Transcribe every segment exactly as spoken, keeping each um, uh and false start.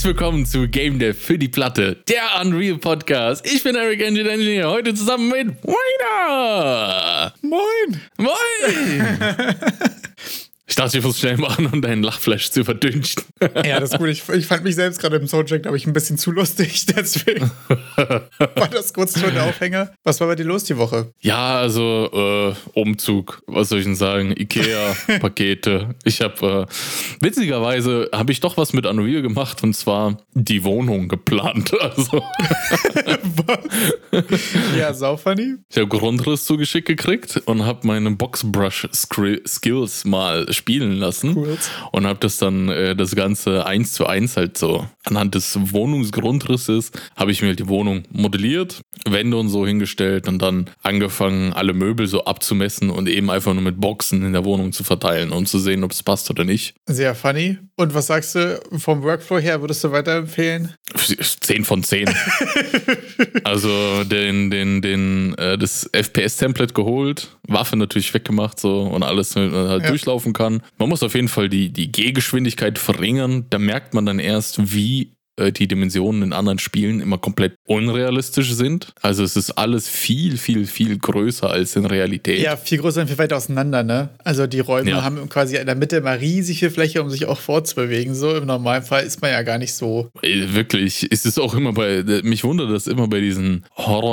Herzlich willkommen zu Game Dev für die Platte, der Unreal Podcast. Ich bin Eric Engine Engineer, heute zusammen mit Wayner. Moin. Moin. Ich dachte, ich muss schnell machen, um deinen Lachflash zu verdünsten. Ja, das ist gut. Ich, ich fand mich selbst gerade im Soundcheck, glaube ich, ein bisschen zu lustig. Deswegen war das kurz schon der Aufhänger. Was war bei dir los die Woche? Ja, also äh, Umzug, was soll ich denn sagen? Ikea, Pakete. Ich habe, äh, witzigerweise habe ich doch was mit Unreal gemacht und zwar die Wohnung geplant. Also. Was? Ja, sau funny. Ich habe Grundriss zugeschickt gekriegt und habe meine Boxbrush-Skills mal spielen lassen. Cool. Und habe das dann, äh, das Ganze eins zu eins halt so, anhand des Wohnungsgrundrisses, habe ich mir halt die Wohnung modelliert, Wände und so hingestellt und dann angefangen, alle Möbel so abzumessen und eben einfach nur mit Boxen in der Wohnung zu verteilen, um zu sehen, ob es passt oder nicht. Sehr funny. Und was sagst du vom Workflow her, würdest du weiterempfehlen? zehn von zehn. Also den, den, den, äh, das F P S-Template geholt, Waffe natürlich weggemacht so und alles halt ja. durchlaufen kann. Man muss auf jeden Fall die, die Gehgeschwindigkeit verringern. Da merkt man dann erst, wie äh, die Dimensionen in anderen Spielen immer komplett unrealistisch sind. Also es ist alles viel, viel, viel größer als in Realität. Ja, viel größer und viel weiter auseinander, ne? Also die Räume ja. haben quasi in der Mitte immer riesig viel Fläche, um sich auch fortzubewegen. So im Normalfall ist man ja gar nicht so. Wirklich, es ist auch immer bei, mich wundert das immer bei diesen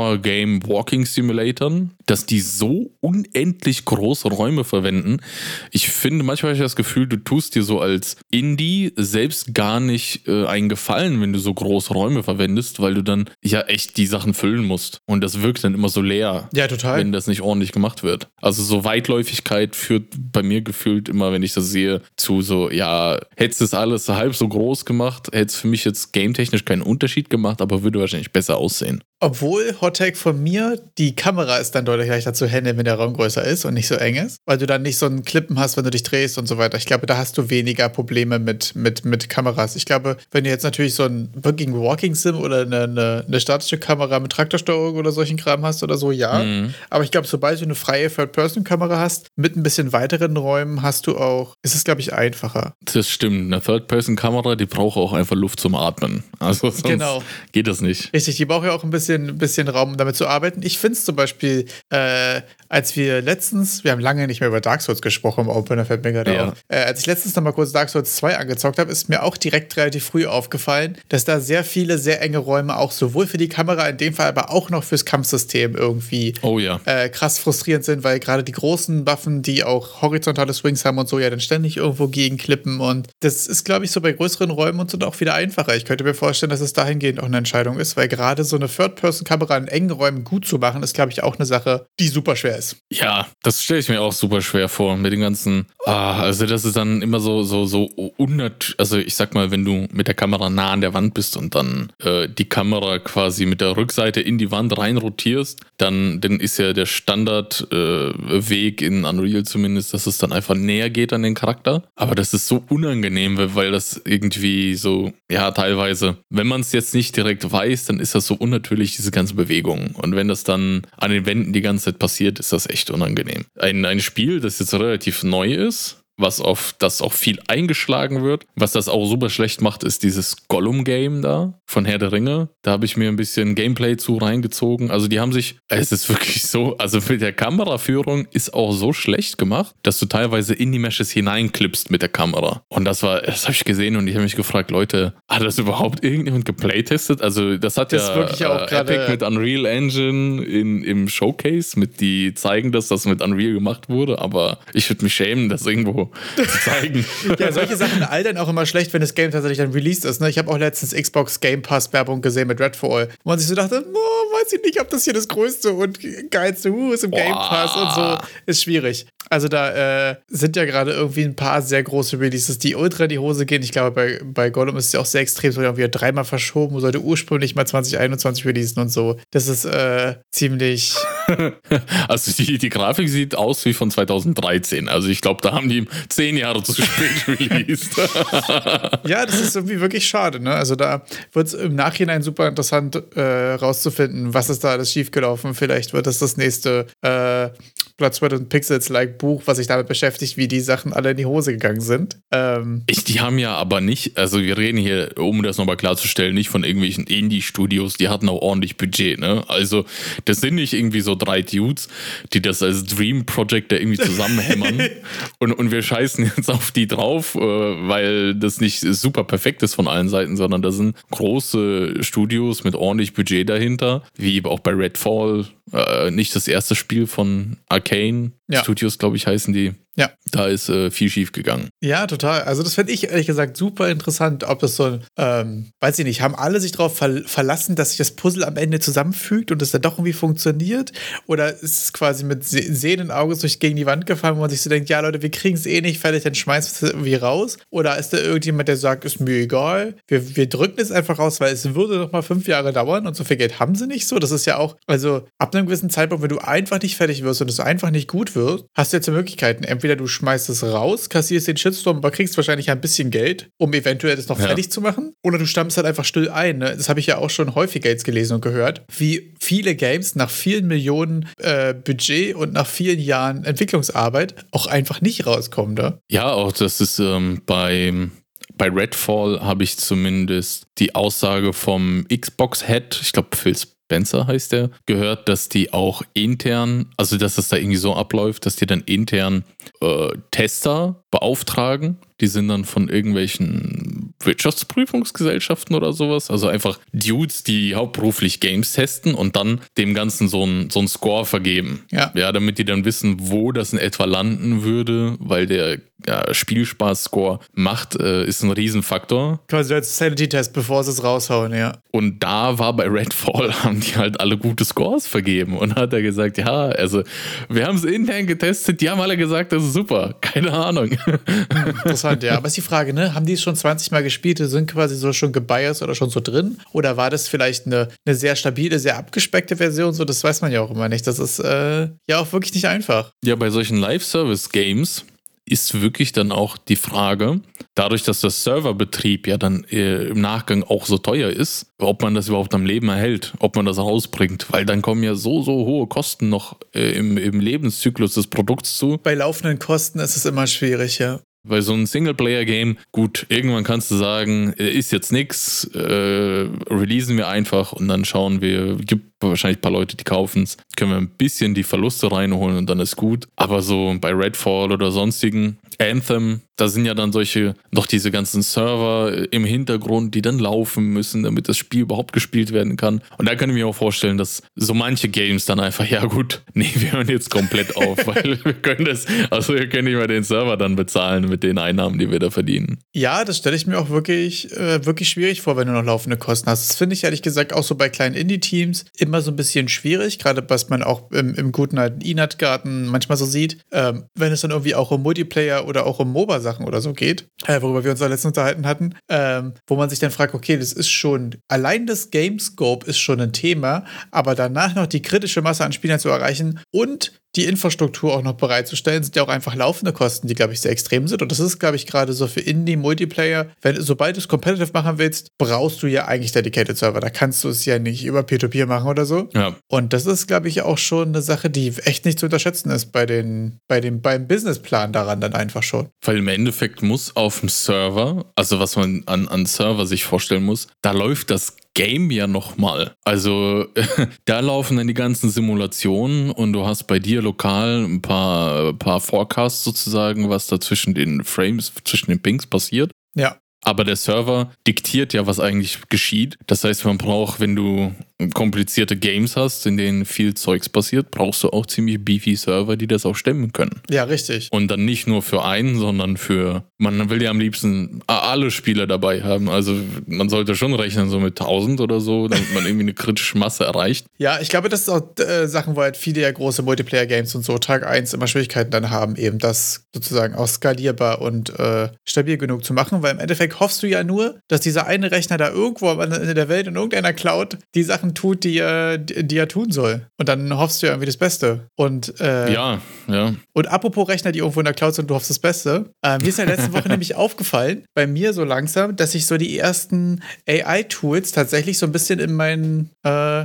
Horror-Game-Walking-Simulatoren, dass die so unendlich große Räume verwenden. Ich finde, manchmal habe ich das Gefühl, du tust dir so als Indie selbst gar nicht äh, einen Gefallen, wenn du so große Räume verwendest, weil du dann ja echt die Sachen füllen musst. Und das wirkt dann immer so leer. Ja, total. Wenn das nicht ordentlich gemacht wird. Also so Weitläufigkeit führt bei mir gefühlt immer, wenn ich das sehe, zu so, ja, hättest du das alles halb so groß gemacht, hätte es für mich jetzt gametechnisch keinen Unterschied gemacht, aber würde wahrscheinlich besser aussehen. Obwohl, Hot Take von mir, die Kamera ist dann deutlich leichter zu handeln, wenn der Raum größer ist und nicht so eng ist, weil du dann nicht so einen Klippen hast, wenn du dich drehst und so weiter. Ich glaube, da hast du weniger Probleme mit, mit, mit Kameras. Ich glaube, wenn du jetzt natürlich so ein wirklich Walking Sim oder eine, eine, eine statische Kamera mit Traktorsteuerung oder solchen Kram hast oder so, ja. Mhm. Aber ich glaube, sobald du eine freie Third-Person-Kamera hast, mit ein bisschen weiteren Räumen hast du auch, ist es, glaube ich, einfacher. Das stimmt. Eine Third-Person-Kamera, die braucht auch einfach Luft zum Atmen. Also sonst genau. geht das nicht. Richtig, die braucht ja auch ein bisschen ein bisschen Raum, um damit zu arbeiten. Ich finde es zum Beispiel, äh, als wir letztens, wir haben lange nicht mehr über Dark Souls gesprochen im Opener, fällt mir gerade ja. auf. Äh, als ich letztens noch mal kurz Dark Souls zwei angezockt habe, ist mir auch direkt relativ früh aufgefallen, dass da sehr viele, sehr enge Räume auch sowohl für die Kamera, in dem Fall aber auch noch fürs Kampfsystem irgendwie oh, ja. äh, krass frustrierend sind, weil gerade die großen Waffen, die auch horizontale Swings haben und so, ja dann ständig irgendwo gegenklippen und das ist, glaube ich, so bei größeren Räumen und so auch wieder einfacher. Ich könnte mir vorstellen, dass es dahingehend auch eine Entscheidung ist, weil gerade so eine Third-Person-Kamera in engen Räumen gut zu machen, ist, glaube ich, auch eine Sache, die super schwer ist. Ja, das stelle ich mir auch super schwer vor. Mit den ganzen, ah, also das ist dann immer so, so, so unnatürlich. Also ich sag mal, wenn du mit der Kamera nah an der Wand bist und dann äh, die Kamera quasi mit der Rückseite in die Wand rein rotierst, dann, dann ist ja der Standardweg äh, in Unreal zumindest, dass es dann einfach näher geht an den Charakter. Aber das ist so unangenehm, weil das irgendwie so, ja, teilweise, wenn man es jetzt nicht direkt weiß, dann ist das so unnatürlich, diese ganze Bewegung. Und wenn das dann an den Wänden die ganze Zeit passiert, ist das echt unangenehm. Ein, ein Spiel, das jetzt relativ neu ist, was auf das auch viel eingeschlagen wird. Was das auch super schlecht macht, ist dieses Gollum-Game da von Herr der Ringe. Da habe ich mir ein bisschen Gameplay zu reingezogen. Also die haben sich, es ist wirklich so, also mit der Kameraführung ist auch so schlecht gemacht, dass du teilweise in die Meshes hineinklippst mit der Kamera. Und das war, das habe ich gesehen und ich habe mich gefragt, Leute, hat das überhaupt irgendjemand geplaytestet? Also das hat das ja wirklich auch äh, Epic mit Unreal Engine in, im Showcase, mit die zeigen, dass das mit Unreal gemacht wurde, aber ich würde mich schämen, das irgendwo zu zeigen. Ja, solche Sachen altern auch immer schlecht, wenn das Game tatsächlich dann released ist. Ne? Ich habe auch letztens Xbox Game Pass Werbung gesehen mit Redfall, wo man sich so dachte, oh, weiß ich nicht, ob das hier das größte und geilste uh, ist im Game Pass und so. Ist schwierig. Also da äh, sind ja gerade irgendwie ein paar sehr große Releases, die ultra in die Hose gehen. Ich glaube, bei, bei Gollum ist es ja auch sehr extrem, so wieder dreimal verschoben, sollte ursprünglich mal zwanzig einundzwanzig releasen und so. Das ist äh, ziemlich... Also die, die Grafik sieht aus wie von zweitausenddreizehn. Also ich glaube, da haben die zehn Jahre zu spät released. Ja, das ist irgendwie wirklich schade. Ne? Also da wird es im Nachhinein super interessant äh, rauszufinden, was ist da alles schiefgelaufen. Vielleicht wird das das nächste äh, Blood, Sweat and Pixels-like Buch, was sich damit beschäftigt, wie die Sachen alle in die Hose gegangen sind. Ähm, ich, die haben ja aber nicht, also wir reden hier, um das nochmal klarzustellen, nicht von irgendwelchen Indie-Studios, die hatten auch ordentlich Budget, ne? Also das sind nicht irgendwie so drei Dudes, die das als Dream Project da irgendwie zusammenhämmern und, und wir scheißen jetzt auf die drauf, äh, weil das nicht super perfekt ist von allen Seiten, sondern da sind große Studios mit ordentlich Budget dahinter, wie auch bei Redfall, äh, nicht das erste Spiel von Arcane ja. Studios, glaube ich, heißen die. Ja. Da ist äh, viel schief gegangen. Ja, total. Also das fände ich ehrlich gesagt super interessant, ob das so, ähm, weiß ich nicht, haben alle sich darauf ver- verlassen, dass sich das Puzzle am Ende zusammenfügt und es dann doch irgendwie funktioniert? Oder ist es quasi mit se- sehenden Auges durch gegen die Wand gefallen, wo man sich so denkt, ja Leute, wir kriegen es eh nicht fertig, dann schmeißt es irgendwie raus? Oder ist da irgendjemand, der sagt, ist mir egal, wir, wir drücken es einfach raus, weil es würde noch mal fünf Jahre dauern und so viel Geld haben sie nicht so? Das ist ja auch, also ab einem gewissen Zeitpunkt, wenn du einfach nicht fertig wirst und es einfach nicht gut wird, hast du jetzt zwei Möglichkeiten. Entweder du schmeißt es raus, kassierst den Shitstorm, aber kriegst wahrscheinlich ein bisschen Geld, um eventuell das noch ja. fertig zu machen. Oder du stammst halt einfach still ein. Ne? Das habe ich ja auch schon häufiger jetzt gelesen und gehört, wie viele Games nach vielen Millionen äh, Budget und nach vielen Jahren Entwicklungsarbeit auch einfach nicht rauskommen. Ne? Ja, auch das ist ähm, bei, bei Redfall habe ich zumindest die Aussage vom Xbox-Head, ich glaube Phil Spencer heißt der, gehört, dass die auch intern, also dass es da irgendwie so abläuft, dass die dann intern äh, Tester beauftragen. Die sind dann von irgendwelchen Wirtschaftsprüfungsgesellschaften oder sowas. Also einfach Dudes, die hauptberuflich Games testen und dann dem Ganzen so einen so einen Score vergeben. Ja. Ja, damit die dann wissen, wo das in etwa landen würde, weil der ja, Spielspaß-Score macht, äh, ist ein Riesenfaktor. Quasi als Sanity-Test, bevor sie es raushauen, ja. Und da war bei Redfall, haben die halt alle gute Scores vergeben. Und hat er gesagt, ja, also wir haben es intern getestet, die haben alle gesagt, das ist super. Keine Ahnung. Interessant, ja. Aber ist die Frage, ne? Haben die es schon zwanzig Mal gespielt, sind quasi so schon gebiased oder schon so drin? Oder war das vielleicht eine, eine sehr stabile, sehr abgespeckte Version? So, das weiß man ja auch immer nicht. Das ist äh, ja auch wirklich nicht einfach. Ja, bei solchen Live-Service-Games ist wirklich dann auch die Frage, dadurch, dass der Serverbetrieb ja dann äh, im Nachgang auch so teuer ist, ob man das überhaupt am Leben erhält, ob man das rausbringt, weil dann kommen ja so, so hohe Kosten noch äh, im, im Lebenszyklus des Produkts zu. Bei laufenden Kosten ist es immer schwierig, ja. Weil so ein Singleplayer-Game, gut, irgendwann kannst du sagen, ist jetzt nix, äh, releasen wir einfach und dann schauen wir, gibt wahrscheinlich ein paar Leute, die kaufen es, können wir ein bisschen die Verluste reinholen und dann ist gut. Aber so bei Redfall oder sonstigen Anthem, da sind ja dann solche, noch diese ganzen Server im Hintergrund, die dann laufen müssen, damit das Spiel überhaupt gespielt werden kann. Und da kann ich mir auch vorstellen, dass so manche Games dann einfach, ja gut, nee, wir hören jetzt komplett auf, weil wir können das, also wir können nicht mehr den Server dann bezahlen mit den Einnahmen, die wir da verdienen. Ja, das stelle ich mir auch wirklich, äh, wirklich schwierig vor, wenn du noch laufende Kosten hast. Das finde ich ehrlich gesagt auch so bei kleinen Indie-Teams immer so ein bisschen schwierig, gerade was man auch im, im guten alten E-Nut-Garten manchmal so sieht, ähm, wenn es dann irgendwie auch um Multiplayer oder auch um MOBA-Sachen oder so geht, äh, worüber wir uns auch letztens unterhalten hatten, ähm, wo man sich dann fragt, okay, das ist schon, allein das Game-Scope ist schon ein Thema, aber danach noch die kritische Masse an Spielern zu erreichen und die Infrastruktur auch noch bereitzustellen, sind ja auch einfach laufende Kosten, die, glaube ich, sehr extrem sind. Und das ist, glaube ich, gerade so für Indie-Multiplayer, wenn, sobald du es competitive machen willst, brauchst du ja eigentlich Dedicated Server. Da kannst du es ja nicht über Peer-to-Peer machen oder so. Ja. Und das ist, glaube ich, auch schon eine Sache, die echt nicht zu unterschätzen ist bei den, bei dem, beim Businessplan daran dann einfach schon. Weil im Endeffekt muss auf dem Server, also was man an, an Server sich vorstellen muss, da läuft das Game ja nochmal. Also da laufen dann die ganzen Simulationen und du hast bei dir lokal ein paar, paar Forecasts sozusagen, was da zwischen den Frames, zwischen den Pings passiert. Ja. Aber der Server diktiert ja, was eigentlich geschieht. Das heißt, man braucht, wenn du komplizierte Games hast, in denen viel Zeugs passiert, brauchst du auch ziemlich beefy Server, die das auch stemmen können. Ja, richtig. Und dann nicht nur für einen, sondern für, man will ja am liebsten alle Spieler dabei haben. Also man sollte schon rechnen, so mit tausend oder so, damit man irgendwie eine kritische Masse erreicht. Ja, ich glaube, das ist auch äh, Sachen, wo halt viele ja große Multiplayer-Games und so Tag eins immer Schwierigkeiten dann haben, eben das sozusagen auch skalierbar und äh, stabil genug zu machen, weil im Endeffekt hoffst du ja nur, dass dieser eine Rechner da irgendwo am Ende der Welt in irgendeiner Cloud die Sachen tut, die er, die er tun soll. Und dann hoffst du ja irgendwie das Beste. Und, äh, ja, ja. Und apropos Rechner, die irgendwo in der Cloud sind, du hoffst das Beste. Äh, mir ist in der letzten Woche nämlich aufgefallen, bei mir so langsam, dass ich so die ersten A I-Tools tatsächlich so ein bisschen in meinen, äh,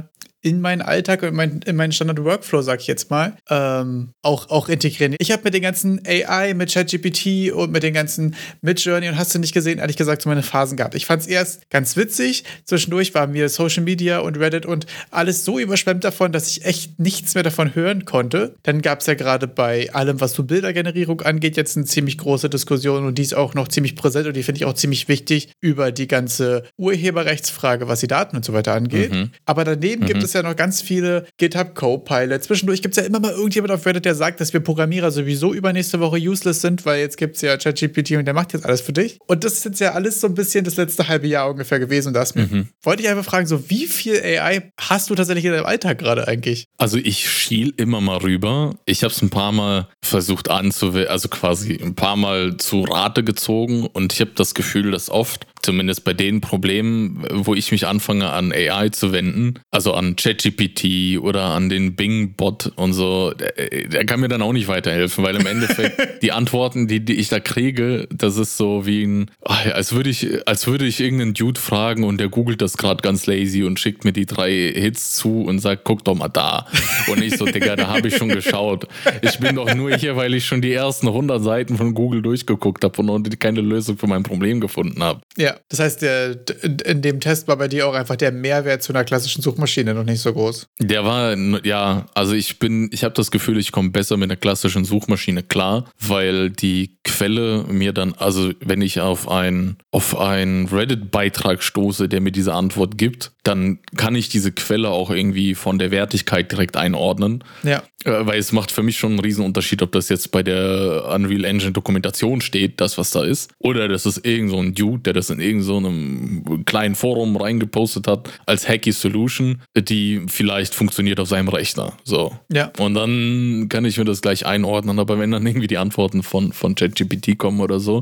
in meinen Alltag und in, mein, in meinen Standard-Workflow, sag ich jetzt mal, ähm, auch, auch integrieren. Ich habe mit den ganzen A I, mit ChatGPT und mit den ganzen Midjourney und hast du nicht gesehen, ehrlich gesagt, so meine Phasen gehabt. Ich fand es erst ganz witzig. Zwischendurch waren mir Social Media und Reddit und alles so überschwemmt davon, dass ich echt nichts mehr davon hören konnte. Dann gab es ja gerade bei allem, was so Bildergenerierung angeht, jetzt eine ziemlich große Diskussion und die ist auch noch ziemlich präsent und die finde ich auch ziemlich wichtig über die ganze Urheberrechtsfrage, was die Daten und so weiter angeht. Mhm. Aber daneben mhm. gibt es ja noch ganz viele GitHub Copilot. Zwischendurch gibt es ja immer mal irgendjemand auf Reddit, der sagt, dass wir Programmierer sowieso übernächste Woche useless sind, weil jetzt gibt es ja ChatGPT und der macht jetzt alles für dich. Und das ist jetzt ja alles so ein bisschen das letzte halbe Jahr ungefähr gewesen. Und das mhm. wollte ich einfach fragen, so wie viel A I hast du tatsächlich in deinem Alltag gerade eigentlich? Also ich schiel immer mal rüber. Ich habe es ein paar Mal versucht anzuwenden, also quasi ein paar Mal zu Rate gezogen und ich habe das Gefühl, dass oft, zumindest bei den Problemen, wo ich mich anfange an A I zu wenden, also an ChatGPT oder an den Bing-Bot und so, der, der kann mir dann auch nicht weiterhelfen, weil im Endeffekt die Antworten, die, die ich da kriege, das ist so wie ein, als würde ich, als würde ich irgendeinen Dude fragen und der googelt das gerade ganz lazy und schickt mir die drei Hits zu und sagt, guck doch mal da. Und ich so, Digga, da habe ich schon geschaut. Ich bin doch nur hier, weil ich schon die ersten hundert Seiten von Google durchgeguckt habe und keine Lösung für mein Problem gefunden habe. Ja, das heißt, der, in dem Test war bei dir auch einfach der Mehrwert zu einer klassischen Suchmaschine noch nicht so groß. Der war, ja, also ich bin, ich habe das Gefühl, ich komme besser mit einer klassischen Suchmaschine klar, weil die Quelle mir dann, also wenn ich auf ein, auf einen Reddit-Beitrag stoße, der mir diese Antwort gibt, dann kann ich diese Quelle auch irgendwie von der Wertigkeit direkt einordnen. Ja. Weil es macht für mich schon einen riesen Unterschied, ob das jetzt bei der Unreal Engine Dokumentation steht, das was da ist, oder das ist irgend so ein Dude, der das in irgend so einem kleinen Forum reingepostet hat als Hacky Solution, die vielleicht funktioniert auf seinem Rechner. So. Ja. Und dann kann ich mir das gleich einordnen, aber wenn dann irgendwie die Antworten von, von ChatGPT kommen oder so,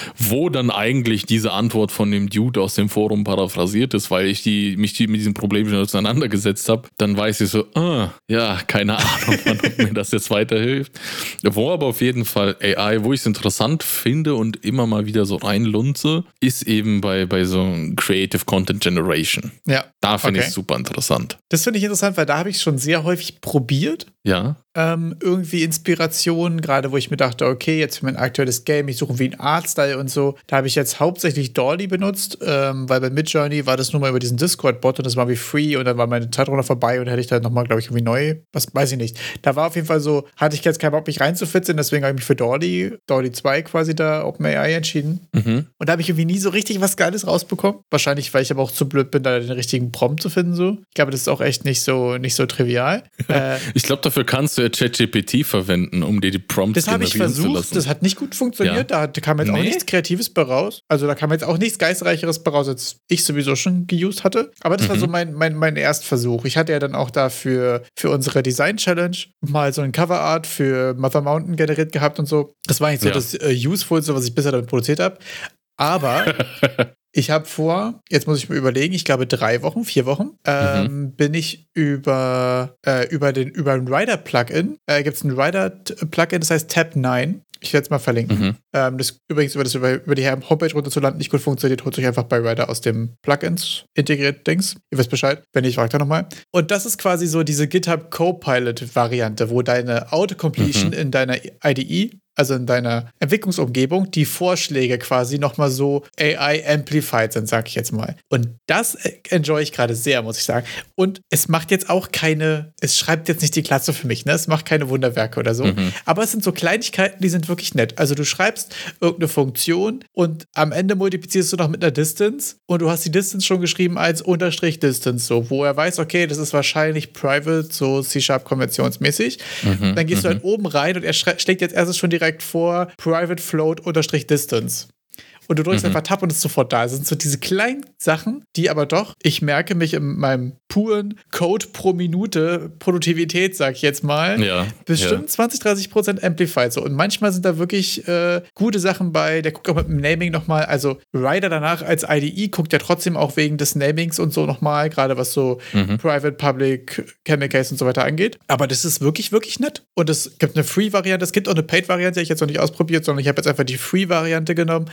wo dann eigentlich diese Antwort von dem Dude aus dem Forum paraphrasiert ist, weil ich die, mich die mit diesem Problem schon auseinandergesetzt habe, dann weiß ich so, ah, ja, keine Ahnung, ob mir das jetzt weiterhilft. Wo aber auf jeden Fall A I, wo ich es interessant finde und immer mal wieder so reinlunze, ist eben bei, bei so Creative Content Generation. Ja. Da finde okay. ich es super interessant. Das finde ich interessant, weil da habe ich schon sehr häufig probiert. Ja. Ähm, irgendwie Inspiration, gerade wo ich mir dachte, okay, jetzt für mein aktuelles Game, ich suche wie ein Artstyle und so. Da habe ich jetzt hauptsächlich Dolly benutzt, ähm, weil bei Midjourney war das nur mal über diesen Discord-Bot und das war wie free und dann war meine Zeitrunde vorbei und dann hätte ich dann nochmal, glaube ich, irgendwie neu, was weiß ich nicht. Da war auf jeden Fall so, hatte ich jetzt keinen Bock, mich reinzufitzen, deswegen habe ich mich für Dolly, Dolly zwei quasi da OpenAI entschieden. Mhm. Und da habe ich irgendwie nie so richtig was Geiles rausbekommen. Wahrscheinlich, weil ich aber auch zu blöd bin, da den richtigen Prompt zu finden, so. Ich glaube, das ist auch echt nicht so, nicht so trivial. äh, ich glaube, dafür kannst du ja ChatGPT verwenden, um dir die Prompts das generieren zu lassen. Das habe ich versucht, das hat nicht gut funktioniert, ja. Da kam jetzt nee. auch nichts Kreatives bei raus. Also da kam jetzt auch nichts Geistreicheres bei raus, als ich sowieso schon geused hatte. Aber das mhm. war so mein, mein, mein Erstversuch. Ich hatte ja dann auch dafür für unsere Design-Challenge mal so ein Coverart für Mother Mountain generiert gehabt und so. Das war eigentlich so ja. das äh, Usefulste, was ich bisher damit produziert habe. Aber ich habe vor, jetzt muss ich mir überlegen, ich glaube drei Wochen, vier Wochen, ähm, mhm. bin ich über, äh, über, den, über ein Rider-Plugin, äh, gibt es ein Rider-Plugin, das heißt Tab neun. Ich werde es mal verlinken. Mhm. Ähm, das übrigens über das über, über die Homepage runterzuladen nicht gut funktioniert, holt euch einfach bei Rider aus dem Plugins integriert Dings. Ihr wisst Bescheid. Wenn nicht, fragt da nochmal. Und das ist quasi so diese GitHub Copilot-Variante, wo deine Autocompletion mhm. in deiner I D E, also in deiner Entwicklungsumgebung, die Vorschläge quasi nochmal so A I-amplified sind, sag ich jetzt mal. Und das enjoy ich gerade sehr, muss ich sagen. Und es macht jetzt auch keine, es schreibt jetzt nicht die Klasse für mich, ne? Es macht keine Wunderwerke oder so. Mhm. Aber es sind so Kleinigkeiten, die sind wirklich nett. Also du schreibst irgendeine Funktion und am Ende multiplizierst du noch mit einer Distance und du hast die Distance schon geschrieben als Unterstrich Distance, so, wo er weiß, okay, das ist wahrscheinlich private, so C-Sharp-konventionsmäßig. Mhm. Dann gehst mhm. du halt oben rein und er schlägt jetzt erstes schon direkt vor private float unterstrich distance. Und du drückst mhm. einfach Tab und es ist sofort da. Das sind so diese kleinen Sachen, die aber doch, ich merke mich in meinem puren Code pro Minute Produktivität, sag ich jetzt mal, ja, bestimmt ja. zwanzig, dreißig Prozent amplified. So. Und manchmal sind da wirklich äh, gute Sachen bei. Der guckt auch mit dem Naming nochmal. Also Rider danach als I D E guckt ja trotzdem auch wegen des Namings und so nochmal, gerade was so mhm. Private, Public, Camel Case und so weiter angeht. Aber das ist wirklich, wirklich nett. Und es gibt eine Free-Variante. Es gibt auch eine Paid-Variante, die ich jetzt noch nicht ausprobiert, sondern ich habe jetzt einfach die Free-Variante genommen. Ab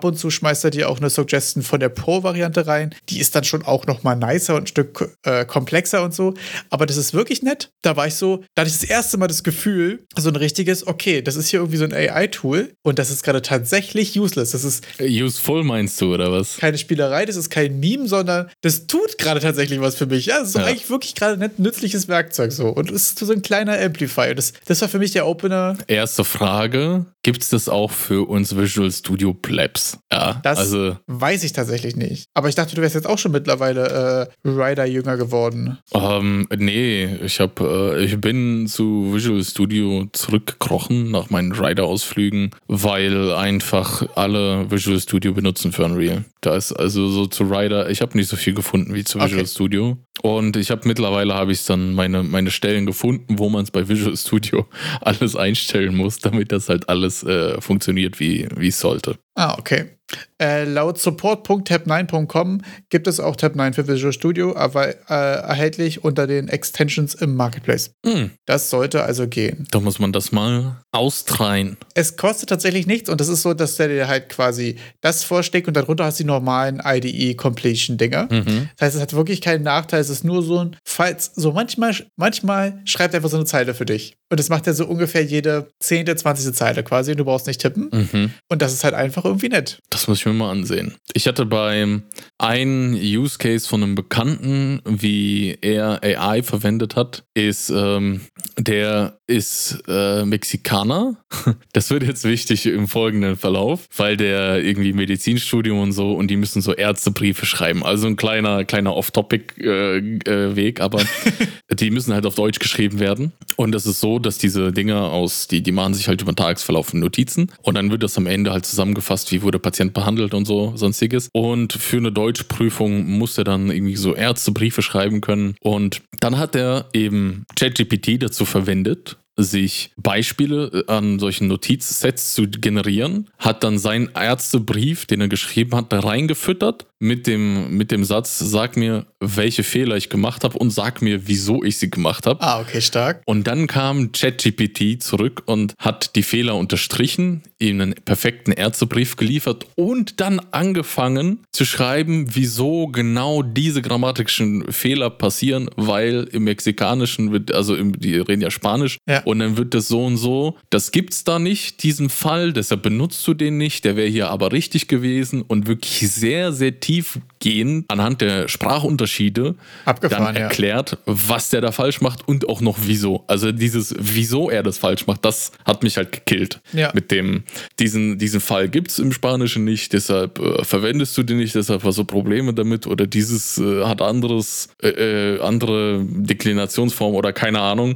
ab und zu schmeißt er dir auch eine Suggestion von der Pro-Variante rein. Die ist dann schon auch noch mal nicer und ein Stück äh, komplexer und so. Aber das ist wirklich nett. Da war ich so, da hatte ich das erste Mal das Gefühl, so ein richtiges, okay, das ist hier irgendwie so ein A I-Tool und das ist gerade tatsächlich useless. Das ist useful meinst du, oder was? Keine Spielerei, das ist kein Meme, sondern das tut gerade tatsächlich was für mich. Ja, das ist ja. eigentlich wirklich gerade ein nützliches Werkzeug so. Und es ist so ein kleiner Amplifier. Das, das war für mich der Opener. Erste Frage, gibt es das auch für uns Visual Studio Plebs? Ja, das also weiß ich tatsächlich nicht. Aber ich dachte, du wärst jetzt auch schon mittlerweile äh, Rider-Jünger geworden. Ähm, nee, ich hab, äh, ich bin zu Visual Studio zurückgekrochen nach meinen Rider-Ausflügen, weil einfach alle Visual Studio benutzen für Unreal. Da ist also so zu Rider, ich habe nicht so viel gefunden wie zu Visual okay. Studio. Und ich habe mittlerweile habe ich dann meine, meine Stellen gefunden, wo man es bei Visual Studio alles einstellen muss, damit das halt alles äh, funktioniert, wie es sollte. Ah, okay. Äh, laut support punkt tab neun punkt com gibt es auch Tab neun für Visual Studio, aber äh, erhältlich unter den Extensions im Marketplace. Mm. Das sollte also gehen. Da muss man das mal austreiben. Es kostet tatsächlich nichts und das ist so, dass der dir halt quasi das vorschlägt und darunter hast du die normalen I D E-Completion-Dinger. Mhm. Das heißt, es hat wirklich keinen Nachteil. Es ist nur so ein, falls, so manchmal, manchmal schreibt er einfach so eine Zeile für dich. Und das macht er so ungefähr jede zehnte, zwanzigste Zeile quasi. Du brauchst nicht tippen. Mhm. Und das ist halt einfach irgendwie nett. Das muss ich mir mal ansehen. Ich hatte bei einem Use Case von einem Bekannten, wie er A I verwendet hat, ist, ähm, der ist äh, Mexikaner. Das wird jetzt wichtig im folgenden Verlauf, weil der irgendwie Medizinstudium und so und die müssen so Ärztebriefe schreiben. Also ein kleiner, kleiner Off-Topic-Weg, äh, äh, aber die müssen halt auf Deutsch geschrieben werden. Und das ist so, dass diese Dinger aus, die, die machen sich halt über den Tagesverlauf in Notizen und dann wird das am Ende halt zusammengefasst, wie wurde der Patient behandelt und so, sonstiges. Und für eine Deutschprüfung muss er dann irgendwie so Ärztebriefe schreiben können. Und dann hat er eben ChatGPT dazu verwendet, sich Beispiele an solchen Notizsets zu generieren, hat dann seinen Ärztebrief, den er geschrieben hat, da reingefüttert mit dem, mit dem Satz, sag mir, welche Fehler ich gemacht habe und sag mir, wieso ich sie gemacht habe. Ah, okay, stark. Und dann kam ChatGPT zurück und hat die Fehler unterstrichen, ihm einen perfekten Ärztebrief geliefert und dann angefangen zu schreiben, wieso genau diese grammatischen Fehler passieren, weil im Mexikanischen wird, also im, die reden ja Spanisch, ja. Und dann wird das so und so, das gibt's da nicht, diesen Fall, deshalb benutzt du den nicht, der wäre hier aber richtig gewesen und wirklich sehr, sehr tiefgehend anhand der Sprachunterschiede Abgefahren, dann erklärt, ja. was der da falsch macht und auch noch wieso. Also dieses, wieso er das falsch macht, das hat mich halt gekillt. Ja. Mit dem, diesen, diesen Fall gibt's im Spanischen nicht, deshalb äh, verwendest du den nicht, deshalb hast du Probleme damit oder dieses äh, hat anderes, äh, andere Deklinationsform oder keine Ahnung.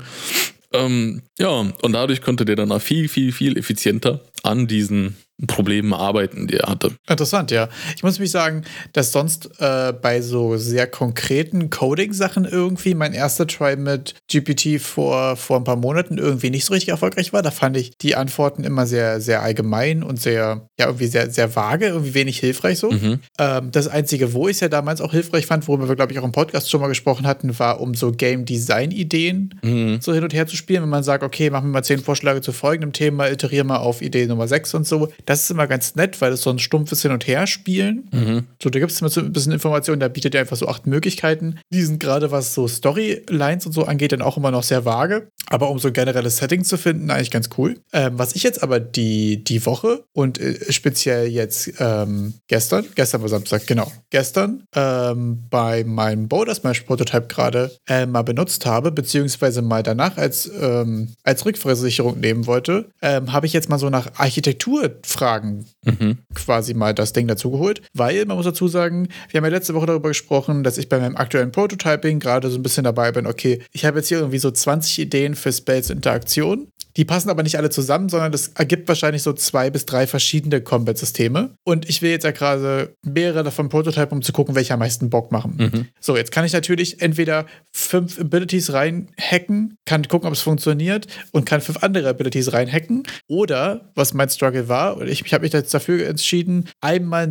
Ähm, ja, und dadurch konnte der dann auch viel, viel, viel effizienter an diesen Problemen arbeiten, die er hatte. Interessant, ja. Ich muss mich sagen, dass sonst äh, bei so sehr konkreten Coding-Sachen irgendwie mein erster Try mit G P T vor, vor ein paar Monaten irgendwie nicht so richtig erfolgreich war. Da fand ich die Antworten immer sehr, sehr allgemein und sehr, ja, irgendwie sehr, sehr vage, irgendwie wenig hilfreich so. Mhm. Ähm, das Einzige, wo ich es ja damals auch hilfreich fand, worüber wir, glaube ich, auch im Podcast schon mal gesprochen hatten, war, um so Game-Design-Ideen mhm. so hin und her zu spielen. Wenn man sagt, okay, machen wir mal zehn Vorschläge zu folgendem Thema, iteriere mal auf Idee Nummer sechs und so. Das ist immer ganz nett, weil es so ein stumpfes Hin- und Her-Spielen. Mhm. So, da gibt es immer so ein bisschen Informationen, da bietet er einfach so acht Möglichkeiten. Die sind gerade, was so Storylines und so angeht, dann auch immer noch sehr vage. Aber um so generelle Settings zu finden, eigentlich ganz cool. Ähm, was ich jetzt aber die, die Woche und äh, speziell jetzt ähm, gestern, gestern war Samstag, genau, gestern ähm, bei meinem Boulder Smash Prototype gerade äh, mal benutzt habe, beziehungsweise mal danach als, ähm, als Rückversicherung nehmen wollte, ähm, habe ich jetzt mal so nach Architekturfragen mhm. quasi mal das Ding dazu geholt, weil man muss dazu sagen, wir haben ja letzte Woche darüber gesprochen, dass ich bei meinem aktuellen Prototyping gerade so ein bisschen dabei bin, okay, ich habe jetzt hier irgendwie so zwanzig Ideen für Spells Interaktion. Die passen aber nicht alle zusammen, sondern das ergibt wahrscheinlich so zwei bis drei verschiedene Combat-Systeme. Und ich will jetzt ja gerade mehrere davon prototypen, um zu gucken, welche am meisten Bock machen. Mhm. So, jetzt kann ich natürlich entweder fünf Abilities reinhacken, kann gucken, ob es funktioniert und kann fünf andere Abilities reinhacken. Oder, was mein Struggle war, und ich, ich habe mich jetzt dafür entschieden, einmal einen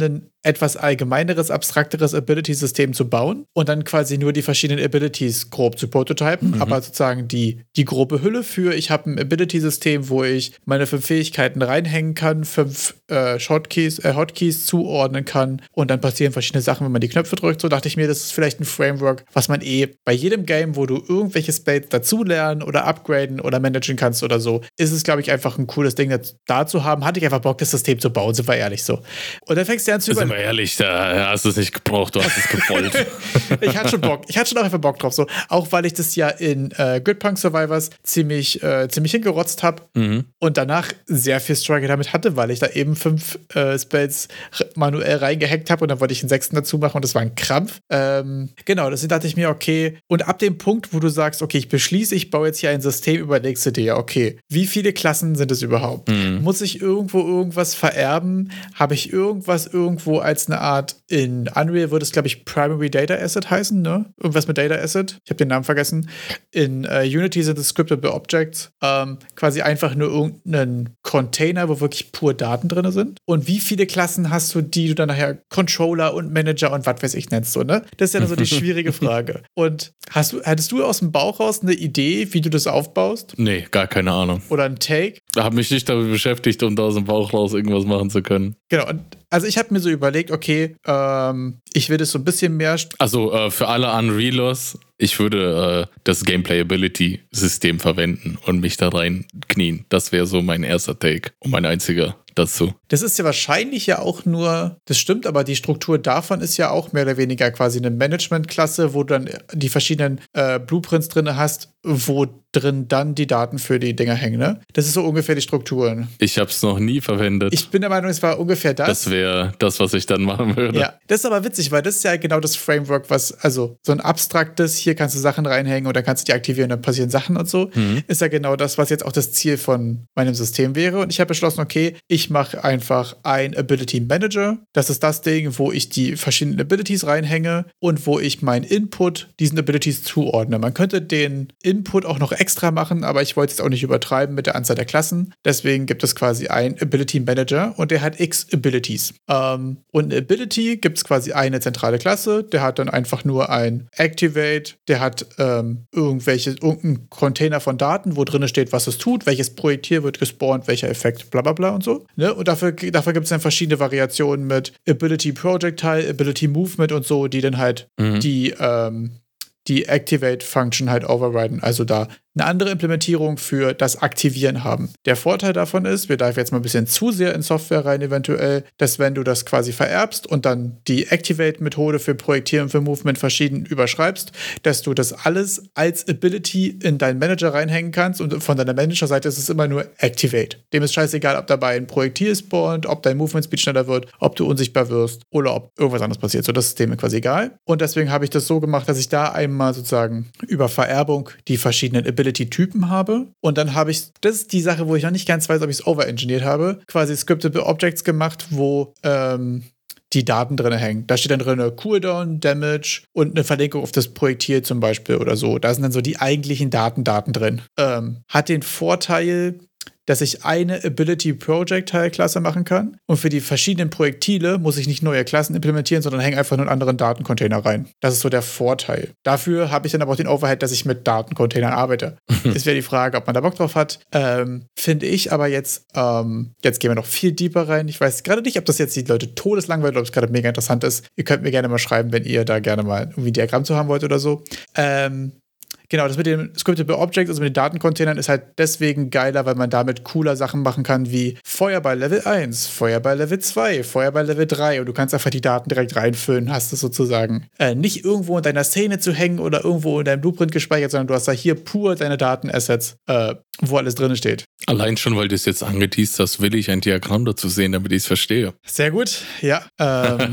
etwas allgemeineres, abstrakteres Ability-System zu bauen und dann quasi nur die verschiedenen Abilities grob zu prototypen, mhm. aber sozusagen die, die grobe Hülle für, ich habe ein Ability-System, wo ich meine fünf Fähigkeiten reinhängen kann, fünf äh, Shortkeys, äh, Hotkeys zuordnen kann und dann passieren verschiedene Sachen, wenn man die Knöpfe drückt. So dachte ich mir, das ist vielleicht ein Framework, was man eh bei jedem Game, wo du irgendwelche Spells dazulernen oder upgraden oder managen kannst oder so, ist es, glaube ich, einfach ein cooles Ding da zu haben. Hatte ich einfach Bock, das System zu bauen, sind wir ehrlich so. Und dann fängst du an zu überlegen. Sind wir ehrlich, da hast du es nicht gebraucht, du hast es gewollt. Ich hatte schon Bock. Ich hatte schon auch einfach Bock drauf. So. Auch weil ich das ja in äh, Gridpunk Survivors ziemlich, äh, ziemlich hingerotzt habe mhm. und danach sehr viel Struggle damit hatte, weil ich da eben fünf äh, Spells manuell reingehackt habe und dann wollte ich einen sechsten dazu machen und das war ein Krampf. Ähm, genau, deswegen dachte ich mir, okay, und ab dem Punkt, wo du sagst, okay, ich beschließe, ich baue jetzt hier ein System, überlegst du dir ja, okay, wie viele Klassen sind es überhaupt? Mhm. Muss ich irgendwo irgendwas vererben? Habe ich irgendwas irgendwo als eine Art, in Unreal würde es, glaube ich, Primary Data Asset heißen, ne? Irgendwas mit Data Asset. Ich habe den Namen vergessen. In äh, Unity sind es Scriptable Objects. Ähm, quasi einfach nur irgendeinen Container, wo wirklich pur Daten drin sind. Und wie viele Klassen hast du, die du dann nachher Controller und Manager und was weiß ich nennst, so, ne? Das ist ja dann so die schwierige Frage. Und hast du, hattest du aus dem Bauch raus eine Idee, wie du das aufbaust? Nee, gar keine Ahnung. Oder ein Take? Ich habe mich nicht damit beschäftigt, um da aus dem Bauch raus irgendwas machen zu können. Genau, und also ich habe mir so überlegt, okay, ähm, ich will das so ein bisschen mehr... Also äh, für alle Unrealers, ich würde äh, das Gameplay-Ability-System verwenden und mich da rein knien. Das wäre so mein erster Take und mein einziger dazu. Das ist ja wahrscheinlich ja auch nur, das stimmt, aber die Struktur davon ist ja auch mehr oder weniger quasi eine Management-Klasse, wo du dann die verschiedenen äh, Blueprints drin hast, wo drin dann die Daten für die Dinger hängen, ne? Das ist so ungefähr die Strukturen. Ich habe es noch nie verwendet. Ich bin der Meinung, es war ungefähr das. Das wäre das, was ich dann machen würde. Ja, das ist aber witzig, weil das ist ja genau das Framework, was, also so ein abstraktes, hier kannst du Sachen reinhängen und dann kannst du die aktivieren, dann passieren Sachen und so, mhm. ist ja genau das, was jetzt auch das Ziel von meinem System wäre. Und ich habe beschlossen, okay, ich mache einfach ein Ability Manager. Das ist das Ding, wo ich die verschiedenen Abilities reinhänge und wo ich meinen Input diesen Abilities zuordne. Man könnte den Input auch noch extra machen, aber ich wollte es auch nicht übertreiben mit der Anzahl der Klassen. Deswegen gibt es quasi einen Ability Manager und der hat x Abilities. Ähm, und eine Ability gibt es quasi eine zentrale Klasse, der hat dann einfach nur ein Activate, der hat ähm, irgendwelche, irgendeinen Container von Daten, wo drin steht, was es tut, welches Projektil wird gespawnt, welcher Effekt, bla bla bla und so. Ne? Und dafür, dafür gibt es dann verschiedene Variationen mit Ability Projectile, Ability Movement und so, die dann halt mhm. die, ähm, die Activate-Function halt overriden. Also da eine andere Implementierung für das Aktivieren haben. Der Vorteil davon ist, wir diven jetzt mal ein bisschen zu sehr in Software rein eventuell, dass wenn du das quasi vererbst und dann die Activate-Methode für Projektieren und für Movement verschieden überschreibst, dass du das alles als Ability in deinen Manager reinhängen kannst und von deiner Manager-Seite ist es immer nur Activate. Dem ist scheißegal, ob dabei ein Projektil spawnt, ob dein Movement-Speed schneller wird, ob du unsichtbar wirst oder ob irgendwas anderes passiert. So, das ist dem quasi egal. Und deswegen habe ich das so gemacht, dass ich da einmal sozusagen über Vererbung die verschiedenen Abilities Typen habe und dann habe ich, das ist die Sache, wo ich noch nicht ganz weiß, ob ich es overengineert habe, quasi Scriptable Objects gemacht, wo ähm, die Daten drin hängen. Da steht dann drin Cooldown, Damage und eine Verlinkung auf das Projektil zum Beispiel oder so. Da sind dann so die eigentlichen Daten, Daten drin. Ähm, hat den Vorteil, dass ich eine Ability Projectile Klasse machen kann und für die verschiedenen Projektile muss ich nicht neue Klassen implementieren, sondern hänge einfach nur einen anderen Datencontainer rein. Das ist so der Vorteil. Dafür habe ich dann aber auch den Overhead, dass ich mit Datencontainern arbeite. Das wäre die Frage, ob man da Bock drauf hat. Ähm, finde ich aber jetzt, ähm, jetzt gehen wir noch viel deeper rein. Ich weiß gerade nicht, ob das jetzt die Leute todeslangweilig oder ob es gerade mega interessant ist. Ihr könnt mir gerne mal schreiben, wenn ihr da gerne mal irgendwie ein Diagramm zu haben wollt oder so. Ähm, Genau, das mit den Scriptable Objects, also mit den Datencontainern, ist halt deswegen geiler, weil man damit cooler Sachen machen kann wie Feuerball Level eins, Feuerball Level zwei, Feuerball Level drei und du kannst einfach die Daten direkt reinfüllen, hast es sozusagen äh, nicht irgendwo in deiner Szene zu hängen oder irgendwo in deinem Blueprint gespeichert, sondern du hast da hier pur deine Datenassets, äh, wo alles drin steht. Allein schon, weil du es jetzt angeteased hast, will ich ein Diagramm dazu sehen, damit ich es verstehe. Sehr gut, ja. Ähm,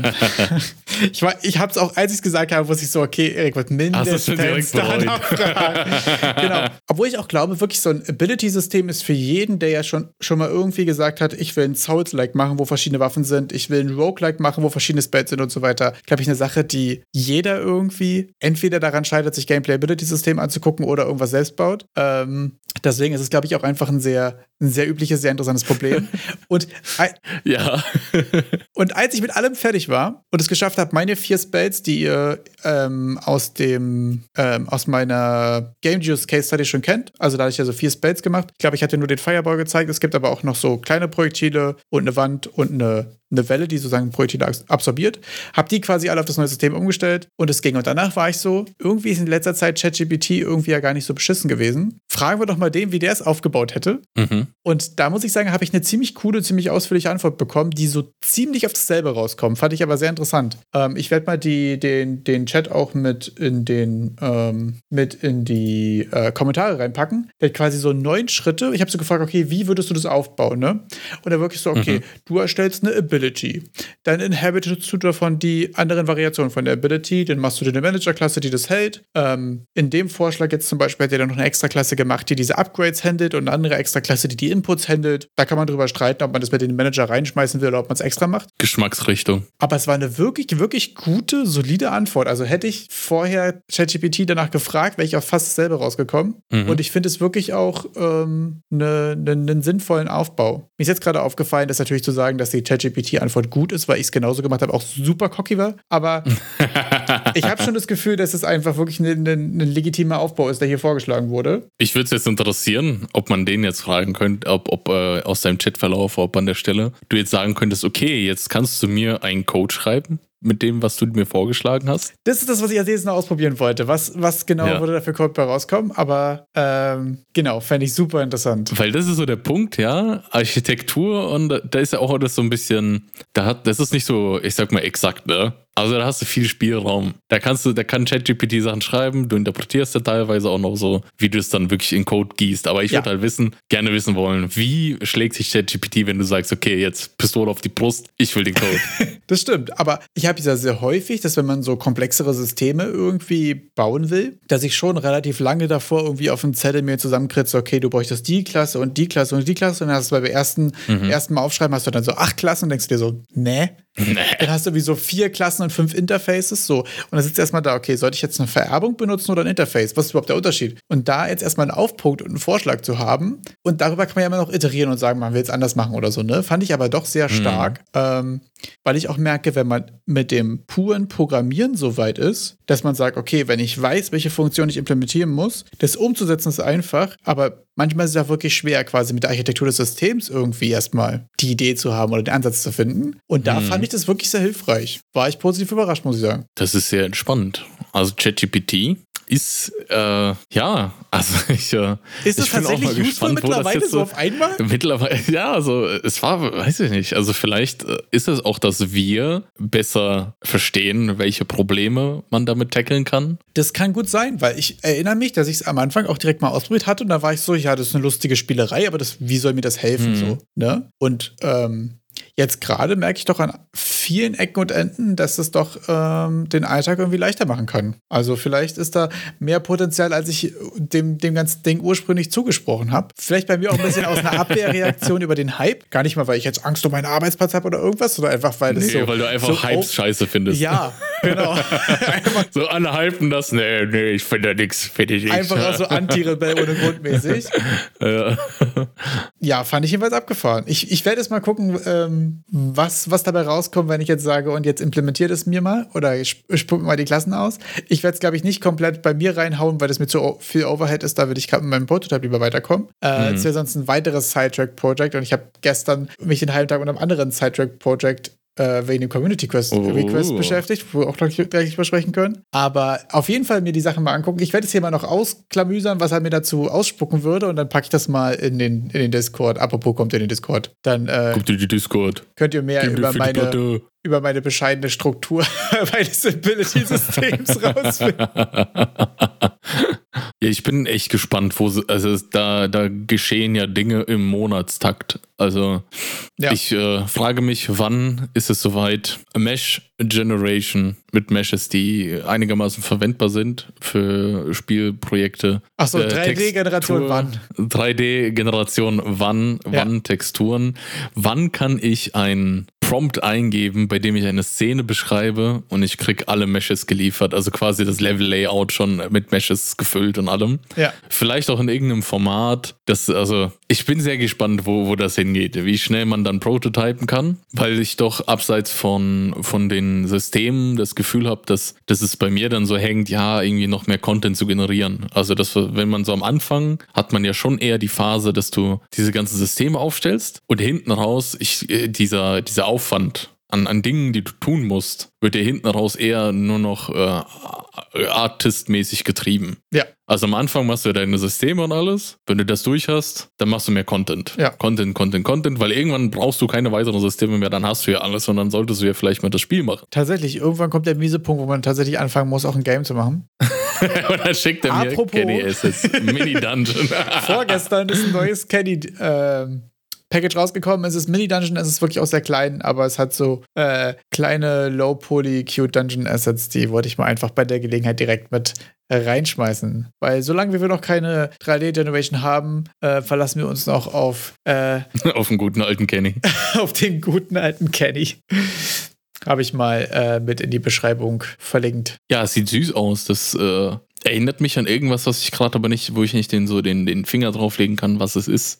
ich war, ich hab's auch, als ich es gesagt habe, wusste ich so, okay, Erik wird mindestens danach fragen. Genau. Obwohl ich auch glaube, wirklich so ein Ability-System ist für jeden, der ja schon, schon mal irgendwie gesagt hat, ich will ein Souls-like machen, wo verschiedene Waffen sind, ich will ein Roguelike machen, wo verschiedene Spells sind und so weiter. Glaube ich, eine Sache, die jeder irgendwie entweder daran scheitert, sich Gameplay-Ability-System anzugucken oder irgendwas selbst baut. Ähm, deswegen ist es, glaube ich, auch einfach ein sehr, ein sehr übliches, sehr interessantes Problem. Und, ja. und als ich mit allem fertig war und es geschafft habe, meine vier Spells, die ihr ähm, aus dem ähm, aus meiner Game Juice Case Study schon kennt, also da hatte ich ja so vier Spells gemacht. Ich glaube, ich hatte nur den Fireball gezeigt. Es gibt aber auch noch so kleine Projektile und eine Wand und eine eine Welle, die sozusagen Projektile absorbiert. Hab die quasi alle auf das neue System umgestellt und es ging. Und danach war ich so, irgendwie ist in letzter Zeit ChatGPT irgendwie ja gar nicht so beschissen gewesen. Fragen wir doch mal dem, wie der es aufgebaut hätte. Mhm. Und da muss ich sagen, habe ich eine ziemlich coole, ziemlich ausführliche Antwort bekommen, die so ziemlich auf dasselbe rauskommt. Fand ich aber sehr interessant. Ähm, ich werde mal die, den, den Chat auch mit in den ähm, mit in die äh, Kommentare reinpacken. Der hat quasi so neun Schritte. Ich habe so gefragt, okay, wie würdest du das aufbauen, ne? Und dann wirklich so, okay, mhm. du erstellst eine Ability. Dann inhabitest du davon die anderen Variationen von der Ability, dann machst du dir eine Manager-Klasse, die das hält. Ähm, in dem Vorschlag jetzt zum Beispiel hat er dann noch eine Extra-Klasse gemacht, die diese Upgrades handelt und eine andere Extra-Klasse, die die Inputs handelt. Da kann man drüber streiten, ob man das mit den Manager reinschmeißen will oder ob man es extra macht. Geschmacksrichtung. Aber es war eine wirklich, wirklich gute, solide Antwort. Also hätte ich vorher ChatGPT danach gefragt, wäre ich auf fast dasselbe rausgekommen. Mhm. Und ich finde es wirklich auch ähm, ne, ne, einen sinnvollen Aufbau. Mir ist jetzt gerade aufgefallen, dass natürlich zu sagen, dass die ChatGPT Antwort gut ist, weil ich es genauso gemacht habe, auch super cocky war. Aber ich habe schon das Gefühl, dass es einfach wirklich ein, ein, ein legitimer Aufbau ist, der hier vorgeschlagen wurde. Ich würde es jetzt interessieren, ob man den jetzt fragen könnte, ob, ob äh, aus deinem Chatverlauf, ob an der Stelle du jetzt sagen könntest, okay, jetzt kannst du mir einen Code schreiben mit dem, was du mir vorgeschlagen hast. Das ist das, was ich als nächstes noch ausprobieren wollte. Was, was genau ja. würde da für Code bei rauskommen? Aber ähm, genau, fände ich super interessant. Weil das ist so der Punkt, ja, Architektur und da ist ja auch alles so ein bisschen, da hat, das ist nicht so, ich sag mal exakt, ne? Also da hast du viel Spielraum. Da kannst du, da kann ChatGPT Sachen schreiben, du interpretierst ja teilweise auch noch so, wie du es dann wirklich in Code gießt. Aber ich würde ja. halt wissen, gerne wissen wollen, wie schlägt sich ChatGPT, wenn du sagst, okay, jetzt Pistole auf die Brust, ich will den Code. Das stimmt, aber ich habe ja sehr häufig, dass wenn man so komplexere Systeme irgendwie bauen will, dass ich schon relativ lange davor irgendwie auf dem Zettel mir zusammenkritze, okay, du bräuchtest die Klasse und die Klasse und die Klasse und dann hast du beim ersten, mhm. ersten Mal aufschreiben, hast du dann so acht Klassen und denkst dir so, nee. Nee. Dann hast du wie so vier Klassen und fünf Interfaces, so. Und dann sitzt erstmal da, okay, sollte ich jetzt eine Vererbung benutzen oder ein Interface? Was ist überhaupt der Unterschied? Und da jetzt erstmal einen Aufpunkt und einen Vorschlag zu haben und darüber kann man ja immer noch iterieren und sagen, man will es anders machen oder so, ne? Fand ich aber doch sehr stark, mhm. ähm, weil ich auch merke, wenn man mit dem puren Programmieren so weit ist, dass man sagt, okay, wenn ich weiß, welche Funktion ich implementieren muss, das umzusetzen ist einfach, aber manchmal ist es ja wirklich schwer, quasi mit der Architektur des Systems irgendwie erstmal die Idee zu haben oder den Ansatz zu finden. Und da mhm. fand ich das wirklich sehr hilfreich. War ich positiv überrascht, muss ich sagen. Das ist sehr entspannt. Also ChatGPT ist, äh, ja, also ich, äh, ist das ich bin tatsächlich auch mal gespannt, mittlerweile wo das jetzt so auf einmal? Mittlerweile, ja, also es war, weiß ich nicht, also vielleicht ist es auch, dass wir besser verstehen, welche Probleme man damit tackeln kann. Das kann gut sein, weil ich erinnere mich, dass ich es am Anfang auch direkt mal ausprobiert hatte und da war ich so, ja, das ist eine lustige Spielerei, aber das, wie soll mir das helfen, mhm. so, ne? Und, ähm, jetzt gerade merke ich doch an vielen Ecken und Enden, dass es doch ähm, den Alltag irgendwie leichter machen kann. Also vielleicht ist da mehr Potenzial, als ich dem, dem ganzen Ding ursprünglich zugesprochen habe. Vielleicht bei mir auch ein bisschen aus einer Abwehrreaktion über den Hype. Gar nicht mal, weil ich jetzt Angst um meinen Arbeitsplatz habe oder irgendwas, sondern einfach, weil es nee, so... weil du einfach so Hypes scheiße findest. Ja, genau. So alle hypen das, nee, nee, ich finde da nichts, finde ich nichts. Einfach auch so Anti-Rebell ohne Grund mäßig. Ja. Ja, fand ich jedenfalls abgefahren. Ich, ich werde jetzt mal gucken, ähm, was, was dabei rauskommt, wenn ich jetzt sage, und jetzt implementiert es mir mal oder ich spucke mal die Klassen aus. Ich werde es, glaube ich, nicht komplett bei mir reinhauen, weil das mir zu viel Overhead ist. Da würde ich gerade mit meinem Prototype lieber weiterkommen. Äh, mhm. Es wäre sonst ein weiteres Sidetrack-Project und ich habe gestern mich den halben Tag mit einem anderen Sidetrack-Project Äh, wegen dem Community Quest, oh. Request beschäftigt, wo wir auch gleich, gleich besprechen können. Aber auf jeden Fall mir die Sachen mal angucken. Ich werde es hier mal noch ausklamüsern, was er mir dazu ausspucken würde und dann packe ich das mal in den, in den Discord. Apropos, kommt in den Discord. Dann äh, kommt in die Discord. Könnt ihr mehr über meine, über meine bescheidene Struktur meines Ability-Systems rausfinden. Ja, ich bin echt gespannt, wo also da, da geschehen ja Dinge im Monatstakt. Also ja. ich äh, frage mich, wann ist es soweit? Mesh Generation mit Meshes, die einigermaßen verwendbar sind für Spielprojekte. Achso, äh, drei D-Generation wann? drei D-Generation wann, ja. wann Texturen. Wann kann ich ein Prompt eingeben, bei dem ich eine Szene beschreibe und ich krieg alle Meshes geliefert, also quasi das Level-Layout schon mit Meshes gefüllt und allem. Ja. Vielleicht auch in irgendeinem Format, das, also ich bin sehr gespannt, wo, wo das hingeht, wie schnell man dann prototypen kann, weil ich doch abseits von, von den Systemen das Gefühl habe, dass, dass es bei mir dann so hängt, ja, irgendwie noch mehr Content zu generieren. Also das, wenn man so am Anfang, hat man ja schon eher die Phase, dass du diese ganzen Systeme aufstellst und hinten raus, ich, dieser, dieser Aufwand an, an Dingen, die du tun musst, wird dir hinten raus eher nur noch äh, artistmäßig getrieben. Ja. Also am Anfang machst du ja deine Systeme und alles. Wenn du das durch hast, dann machst du mehr Content. Ja. Content, Content, Content, weil irgendwann brauchst du keine weiteren Systeme mehr, dann hast du ja alles und dann solltest du ja vielleicht mal das Spiel machen. Tatsächlich, irgendwann kommt der miese Punkt, wo man tatsächlich anfangen muss, auch ein Game zu machen. Und dann schickt er mir Apropos- Kenny Assets, Mini-Dungeon. Vorgestern ist ein neues Kenny ähm, Package rausgekommen. Es ist Mini-Dungeon, es ist wirklich auch sehr klein, aber es hat so äh, kleine Low-Poly-Cute-Dungeon-Assets, die wollte ich mal einfach bei der Gelegenheit direkt mit reinschmeißen. Weil solange wir noch keine drei D-Generation haben, äh, verlassen wir uns noch auf, äh, Auf einen guten alten Kenny. auf den guten alten Kenny. Habe ich mal äh, mit in die Beschreibung verlinkt. Ja, es sieht süß aus. Das äh, erinnert mich an irgendwas, was ich gerade aber nicht, wo ich nicht den, so den, den Finger drauflegen kann, was es ist.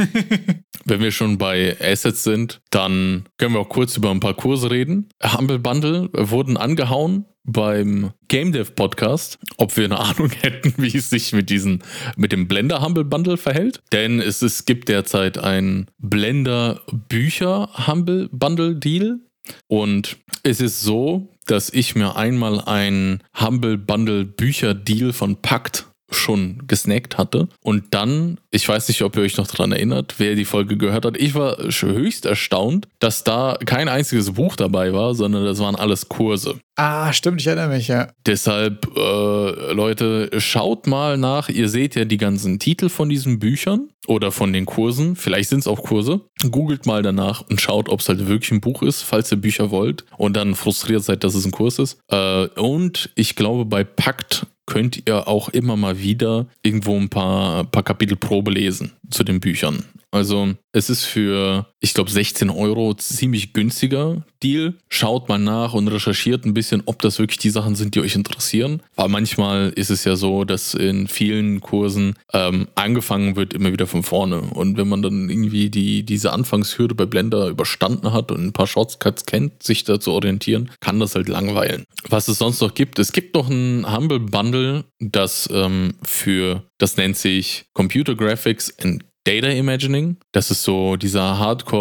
Wenn wir schon bei Assets sind, dann können wir auch kurz über ein paar Kurse reden. Humble Bundle wurden angehauen beim Game Dev Podcast, ob wir eine Ahnung hätten, wie es sich mit diesen, mit dem Blender Humble Bundle verhält. Denn es, es gibt derzeit ein Blender Bücher Humble Bundle Deal. Und es ist so, dass ich mir einmal ein Humble Bundle Bücher Deal von Pakt schon gesnackt hatte. Und dann, ich weiß nicht, ob ihr euch noch daran erinnert, wer die Folge gehört hat, ich war höchst erstaunt, dass da kein einziges Buch dabei war, sondern das waren alles Kurse. Ah, stimmt, ich erinnere mich, ja. Deshalb, äh, Leute, schaut mal nach. Ihr seht ja die ganzen Titel von diesen Büchern oder von den Kursen. Vielleicht sind es auch Kurse. Googelt mal danach und schaut, ob es halt wirklich ein Buch ist, falls ihr Bücher wollt und dann frustriert seid, dass es ein Kurs ist. Äh, und ich glaube, bei Pakt könnt ihr auch immer mal wieder irgendwo ein paar, paar Kapitel Probe lesen zu den Büchern. Also es ist für, ich glaube, sechzehn Euro ziemlich günstiger Deal. Schaut mal nach und recherchiert ein bisschen, ob das wirklich die Sachen sind, die euch interessieren. Weil manchmal ist es ja so, dass in vielen Kursen ähm, angefangen wird immer wieder von vorne. Und wenn man dann irgendwie die, diese Anfangshürde bei Blender überstanden hat und ein paar Shortcuts kennt, sich da zu orientieren, kann das halt langweilen. Was es sonst noch gibt, es gibt noch ein Humble Bundle, das ähm, für, das nennt sich Computer Graphics and Data Imagining. Das ist so dieser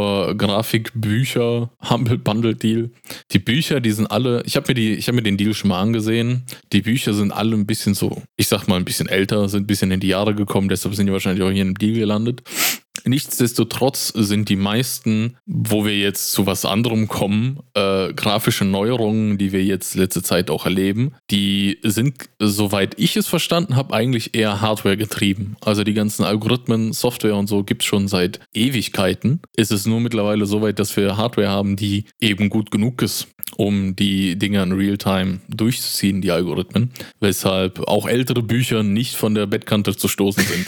Hardcore-Grafik-Bücher Humble Bundle Deal. Die Bücher, die sind alle, ich habe mir die, ich habe mir den Deal schon mal angesehen. Die Bücher sind alle ein bisschen so, ich sag mal ein bisschen älter, sind ein bisschen in die Jahre gekommen, deshalb sind die wahrscheinlich auch hier im Deal gelandet. Nichtsdestotrotz sind die meisten, wo wir jetzt zu was anderem kommen, äh, grafische Neuerungen, die wir jetzt letzte Zeit auch erleben, die sind, soweit ich es verstanden habe, eigentlich eher Hardware getrieben. Also die ganzen Algorithmen, Software und so gibt es schon seit Ewigkeiten. Es ist nur mittlerweile so weit, dass wir Hardware haben, die eben gut genug ist, um die Dinge in Realtime durchzuziehen, die Algorithmen. Weshalb auch ältere Bücher nicht von der Bettkante zu stoßen sind.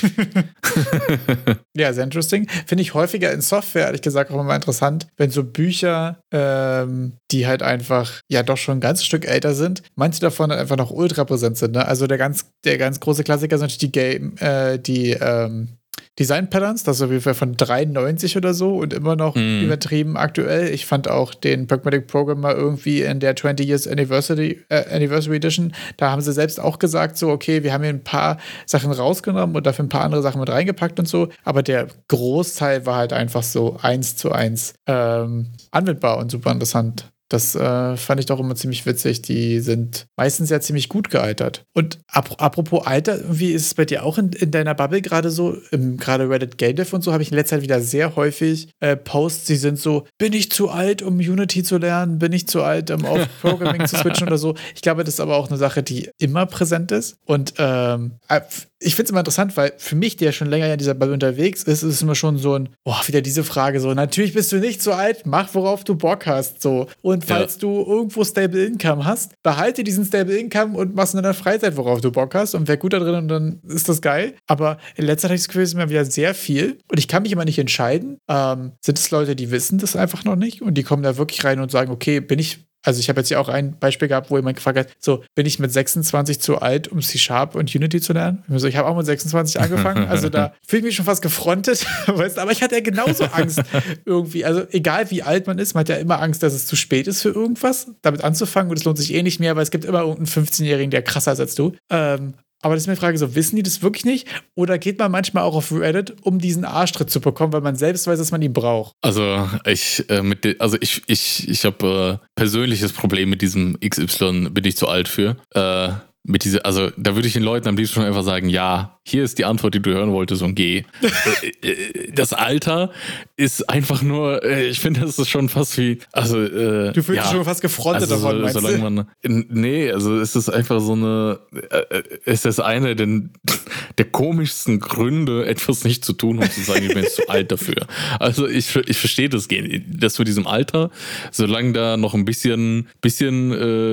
Ja, sehr interesting. Finde ich häufiger in Software, ehrlich gesagt, auch immer interessant, wenn so Bücher, ähm, die halt einfach, ja doch schon ein ganzes Stück älter sind, manche davon dann einfach noch ultra präsent sind. Ne? Also der ganz, der ganz große Klassiker sind natürlich die Game, äh, die, ähm, Design Patterns, das ist auf jeden Fall von dreiundneunzig oder so und immer noch mm. übertrieben aktuell. Ich fand auch den Pragmatic Programmer irgendwie in der twenty Years Anniversary, äh, Anniversary Edition, da haben sie selbst auch gesagt, so okay, wir haben hier ein paar Sachen rausgenommen und dafür ein paar andere Sachen mit reingepackt und so, aber der Großteil war halt einfach so eins zu eins ähm, anwendbar und super interessant. Das äh, fand ich doch immer ziemlich witzig. Die sind meistens ja ziemlich gut gealtert. Und ap- apropos Alter, wie ist es bei dir auch in, in deiner Bubble gerade so? Gerade Reddit Game Dev und so habe ich in letzter Zeit wieder sehr häufig äh, Posts, die sind so, bin ich zu alt, um Unity zu lernen? Bin ich zu alt, um auf Programming zu switchen oder so? Ich glaube, das ist aber auch eine Sache, die immer präsent ist. Und ähm, ich finde es immer interessant, weil für mich, der schon länger in dieser Bubble unterwegs ist, ist es immer schon so ein, boah, wieder diese Frage so, natürlich bist du nicht zu alt, mach, worauf du Bock hast. So. Und Und falls ja. du irgendwo Stable Income hast, behalte diesen Stable Income und machst in deiner Freizeit, worauf du Bock hast und wär gut da drin und dann ist das geil. Aber in letzter Zeit habe ich das Gefühl, es ist immer wieder sehr viel und ich kann mich immer nicht entscheiden. Ähm, sind es Leute, die wissen das einfach noch nicht und die kommen da wirklich rein und sagen, okay, bin ich Also ich habe jetzt ja auch ein Beispiel gehabt, wo jemand gefragt hat, so, bin ich mit sechsundzwanzig zu alt, um C-Sharp und Unity zu lernen? Ich, so, ich habe auch mit sechsundzwanzig angefangen, also da fühle ich mich schon fast gefrontet, weißt, aber ich hatte ja genauso Angst irgendwie, also egal wie alt man ist, man hat ja immer Angst, dass es zu spät ist für irgendwas, damit anzufangen und es lohnt sich eh nicht mehr, weil es gibt immer irgendeinen fünfzehnjährigen, der krasser ist als du. Ähm, Aber das ist mir die Frage, so, wissen die das wirklich nicht? Oder geht man manchmal auch auf Reddit, um diesen Arschtritt zu bekommen, weil man selbst weiß, dass man ihn braucht? Also ich, äh, mit de- also ich, ich, ich habe äh, persönliches Problem mit diesem X Y, bin ich zu alt für. Äh, mit diese, also da würde ich den Leuten am liebsten schon einfach sagen, ja, hier ist die Antwort, die du hören wolltest und geh. Das Alter ist einfach nur, ich finde, das ist schon fast wie, also äh, du fühlst ja, dich schon fast gefrontet also, davon, meinst solange du? man, nee, also es ist einfach so eine, äh, es ist eine der, der komischsten Gründe, etwas nicht zu tun, um zu sagen, ich bin jetzt zu alt dafür. Also ich, ich verstehe das, dass zu diesem Alter, solange da noch ein bisschen, bisschen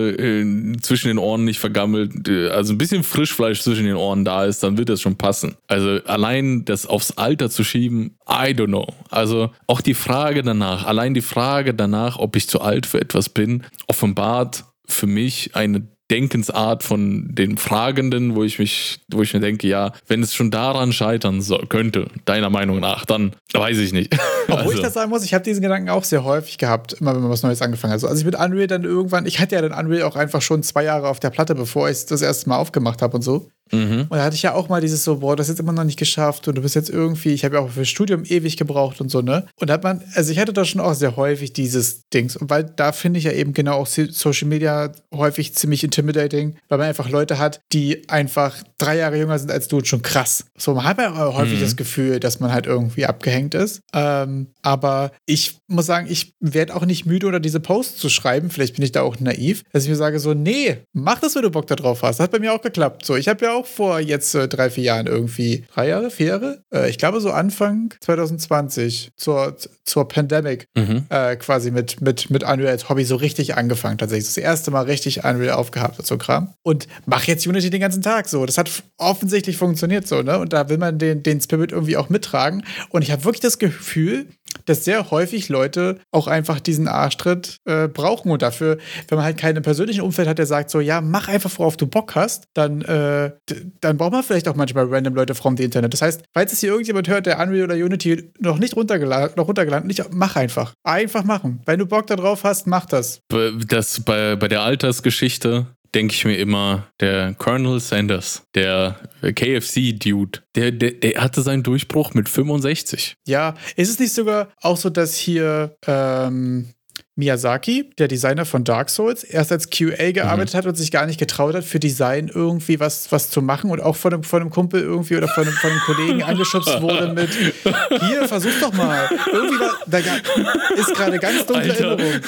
äh, zwischen den Ohren nicht vergammelt, also ein bisschen Frischfleisch zwischen den Ohren da ist, dann wird das schon passen. Also allein das aufs Alter zu schieben, I don't know. Also auch die Frage danach, allein die Frage danach, ob ich zu alt für etwas bin, offenbart für mich eine Denkensart von den Fragenden, wo ich mich, wo ich mir denke, ja, wenn es schon daran scheitern so, könnte, deiner Meinung nach, dann weiß ich nicht. Obwohl also. ich das sagen muss, ich habe diesen Gedanken auch sehr häufig gehabt, immer wenn man was Neues angefangen hat. Also als ich mit Unreal dann irgendwann, ich hatte ja dann Unreal auch einfach schon zwei Jahre auf der Platte, bevor ich es das erste Mal aufgemacht habe und so. Mhm. Und da hatte ich ja auch mal dieses so, boah, das ist jetzt immer noch nicht geschafft und du bist jetzt irgendwie, ich habe ja auch fürs Studium ewig gebraucht und so, ne? Und da hat man, also ich hatte da schon auch sehr häufig dieses Dings. Und weil da finde ich ja eben genau auch Social Media häufig ziemlich intimidating, weil man einfach Leute hat, die einfach drei Jahre jünger sind als du und schon krass. So, man hat ja auch häufig mhm. das Gefühl, dass man halt irgendwie abgehängt ist. Ähm, aber ich muss sagen, ich werde auch nicht müde, oder diese Posts zu schreiben. Vielleicht bin ich da auch naiv, dass ich mir sage so, nee, mach das, wenn du Bock da drauf hast. Das hat bei mir auch geklappt. So, ich habe ja auch vor jetzt äh, drei, vier Jahren irgendwie, drei Jahre, vier Jahre? Äh, ich glaube so Anfang zwanzig zwanzig zur, zur Pandemic mhm. äh, quasi mit, mit, mit Unreal als Hobby so richtig angefangen tatsächlich. Das erste Mal richtig Unreal aufgehabt und so Kram. Und mach jetzt Unity den ganzen Tag so. Das hat offensichtlich funktioniert so, ne? Und da will man den, den Spirit irgendwie auch mittragen. Und ich habe wirklich das Gefühl, dass sehr häufig Leute auch einfach diesen Arschtritt äh, brauchen und dafür, wenn man halt keinen persönlichen Umfeld hat, der sagt so, ja, mach einfach, worauf du Bock hast, dann, äh, d- dann braucht man vielleicht auch manchmal random Leute vom Internet. Das heißt, falls es hier irgendjemand hört, der Unreal oder Unity noch nicht runtergeladen, noch runtergeladen, nicht, mach einfach. Einfach machen. Wenn du Bock da drauf hast, mach das. Das bei, bei der Altersgeschichte denke ich mir immer, der Colonel Sanders, der K F C-Dude, der, der, der hatte seinen Durchbruch mit fünfundsechzig. Ja, ist es nicht sogar auch so, dass hier ähm, Miyazaki, der Designer von Dark Souls, erst als Q A gearbeitet mhm. hat und sich gar nicht getraut hat, für Design irgendwie was, was zu machen und auch von einem, von einem Kumpel irgendwie oder von einem, von einem Kollegen angeschubst wurde mit, hier, versuch doch mal. Irgendwie war, da ist gerade ganz dunkle Alter. Erinnerung.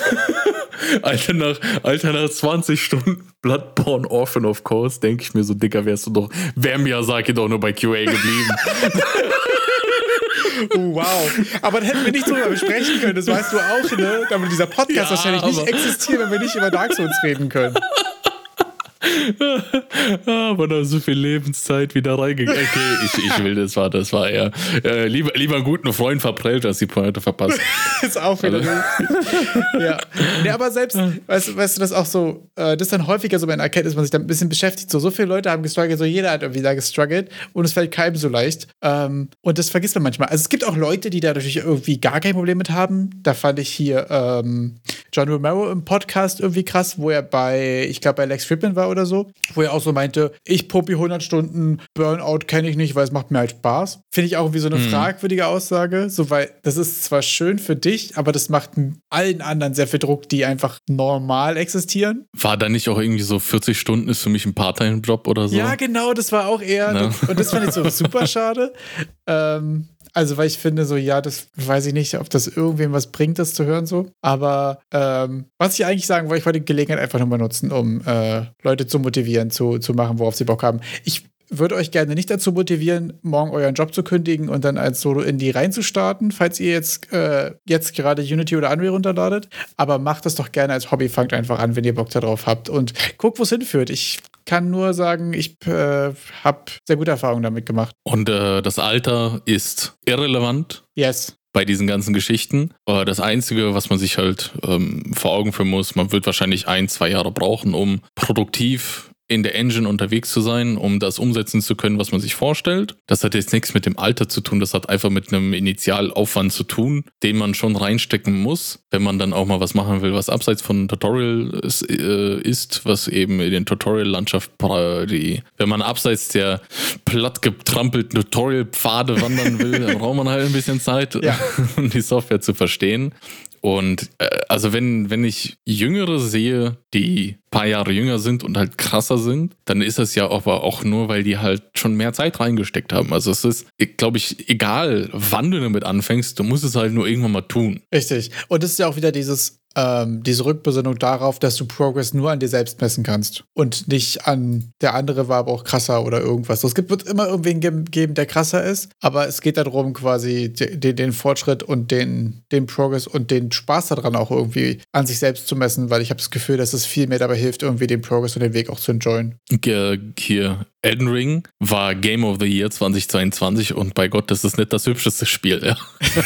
Alter, nach, Alter, nach zwanzig Stunden Bloodborne Orphan of Course, denke ich mir so, Dicker, wärst du doch, wär Miyazaki doch nur bei Q A geblieben. Oh, wow. Aber da hätten wir nicht drüber besprechen können, das weißt du auch, ne? Da würde dieser Podcast ja, wahrscheinlich nicht existieren, wenn wir nicht über Dark Souls reden können. Aber da so viel Lebenszeit wieder reingegangen. Okay, ich, ich will, das war, das war eher äh, lieber, lieber einen guten Freund verprellt, als die Pointe verpasst. Ist auch wieder also. Ja. Nee, aber selbst, weißt, du, weißt du, das auch so, äh, das ist dann häufiger so bei einer Erkenntnis, man sich da ein bisschen beschäftigt. So, so viele Leute haben gestruggelt, so jeder hat irgendwie da gestruggelt und es fällt keinem so leicht. Ähm, und das vergisst man manchmal. Also es gibt auch Leute, die da natürlich irgendwie gar kein Problem mit haben. Da fand ich hier ähm, John Romero im Podcast irgendwie krass, wo er bei, ich glaube bei Lex Friedman war oder so, wo er auch so meinte, ich pumpe hundert Stunden, Burnout kenne ich nicht, weil es macht mir halt Spaß. Finde ich auch irgendwie so eine mhm. fragwürdige Aussage, so, weil das ist zwar schön für dich, aber das macht allen anderen sehr viel Druck, die einfach normal existieren. War da nicht auch irgendwie so vierzig Stunden ist für mich ein Part-Time-Job oder so? Ja, genau, das war auch eher, no. und das fand ich so super schade. Ähm, Also, weil ich finde, so, ja, das weiß ich nicht, ob das irgendwem was bringt, das zu hören, so. Aber ähm, was ich eigentlich sagen wollte, ich wollte die Gelegenheit einfach nochmal nutzen, um äh, Leute zu motivieren, zu, zu machen, worauf sie Bock haben. Ich würde euch gerne nicht dazu motivieren, morgen euren Job zu kündigen und dann als Solo-Indie reinzustarten, falls ihr jetzt, äh, jetzt gerade Unity oder Unreal runterladet. Aber macht das doch gerne als Hobby, fangt einfach an, wenn ihr Bock darauf habt und guckt, wo es hinführt. Ich kann nur sagen, ich äh, habe sehr gute Erfahrungen damit gemacht. Und äh, das Alter ist irrelevant. Yes. Bei diesen ganzen Geschichten. Aber das Einzige, was man sich halt ähm, vor Augen führen muss, man wird wahrscheinlich ein, zwei Jahre brauchen, um produktiv in der Engine unterwegs zu sein, um das umsetzen zu können, was man sich vorstellt. Das hat jetzt nichts mit dem Alter zu tun, das hat einfach mit einem Initialaufwand zu tun, den man schon reinstecken muss, wenn man dann auch mal was machen will, was abseits von Tutorial ist, äh, ist was eben in den Tutorial-Landschaft, die, wenn man abseits der platt getrampelten Tutorial-Pfade wandern will, dann braucht man halt ein bisschen Zeit, ja. um die Software zu verstehen. Und äh, also wenn, wenn ich Jüngere sehe, die ein paar Jahre jünger sind und halt krasser sind, dann ist das ja aber auch nur, weil die halt schon mehr Zeit reingesteckt haben. Also es ist, glaube ich, egal, wann du damit anfängst, du musst es halt nur irgendwann mal tun. Richtig. Und es ist ja auch wieder dieses Ähm, diese Rückbesinnung darauf, dass du Progress nur an dir selbst messen kannst und nicht an der andere war aber auch krasser oder irgendwas. Es wird immer irgendwen geben, der krasser ist, aber es geht darum, quasi den, den Fortschritt und den, den Progress und den Spaß daran auch irgendwie an sich selbst zu messen, weil ich habe das Gefühl, dass es viel mehr dabei hilft, irgendwie den Progress und den Weg auch zu enjoyen. Hier, Elden Ring war Game of the Year zwanzig zweiundzwanzig und bei Gott, das ist nicht das hübscheste Spiel. Ja.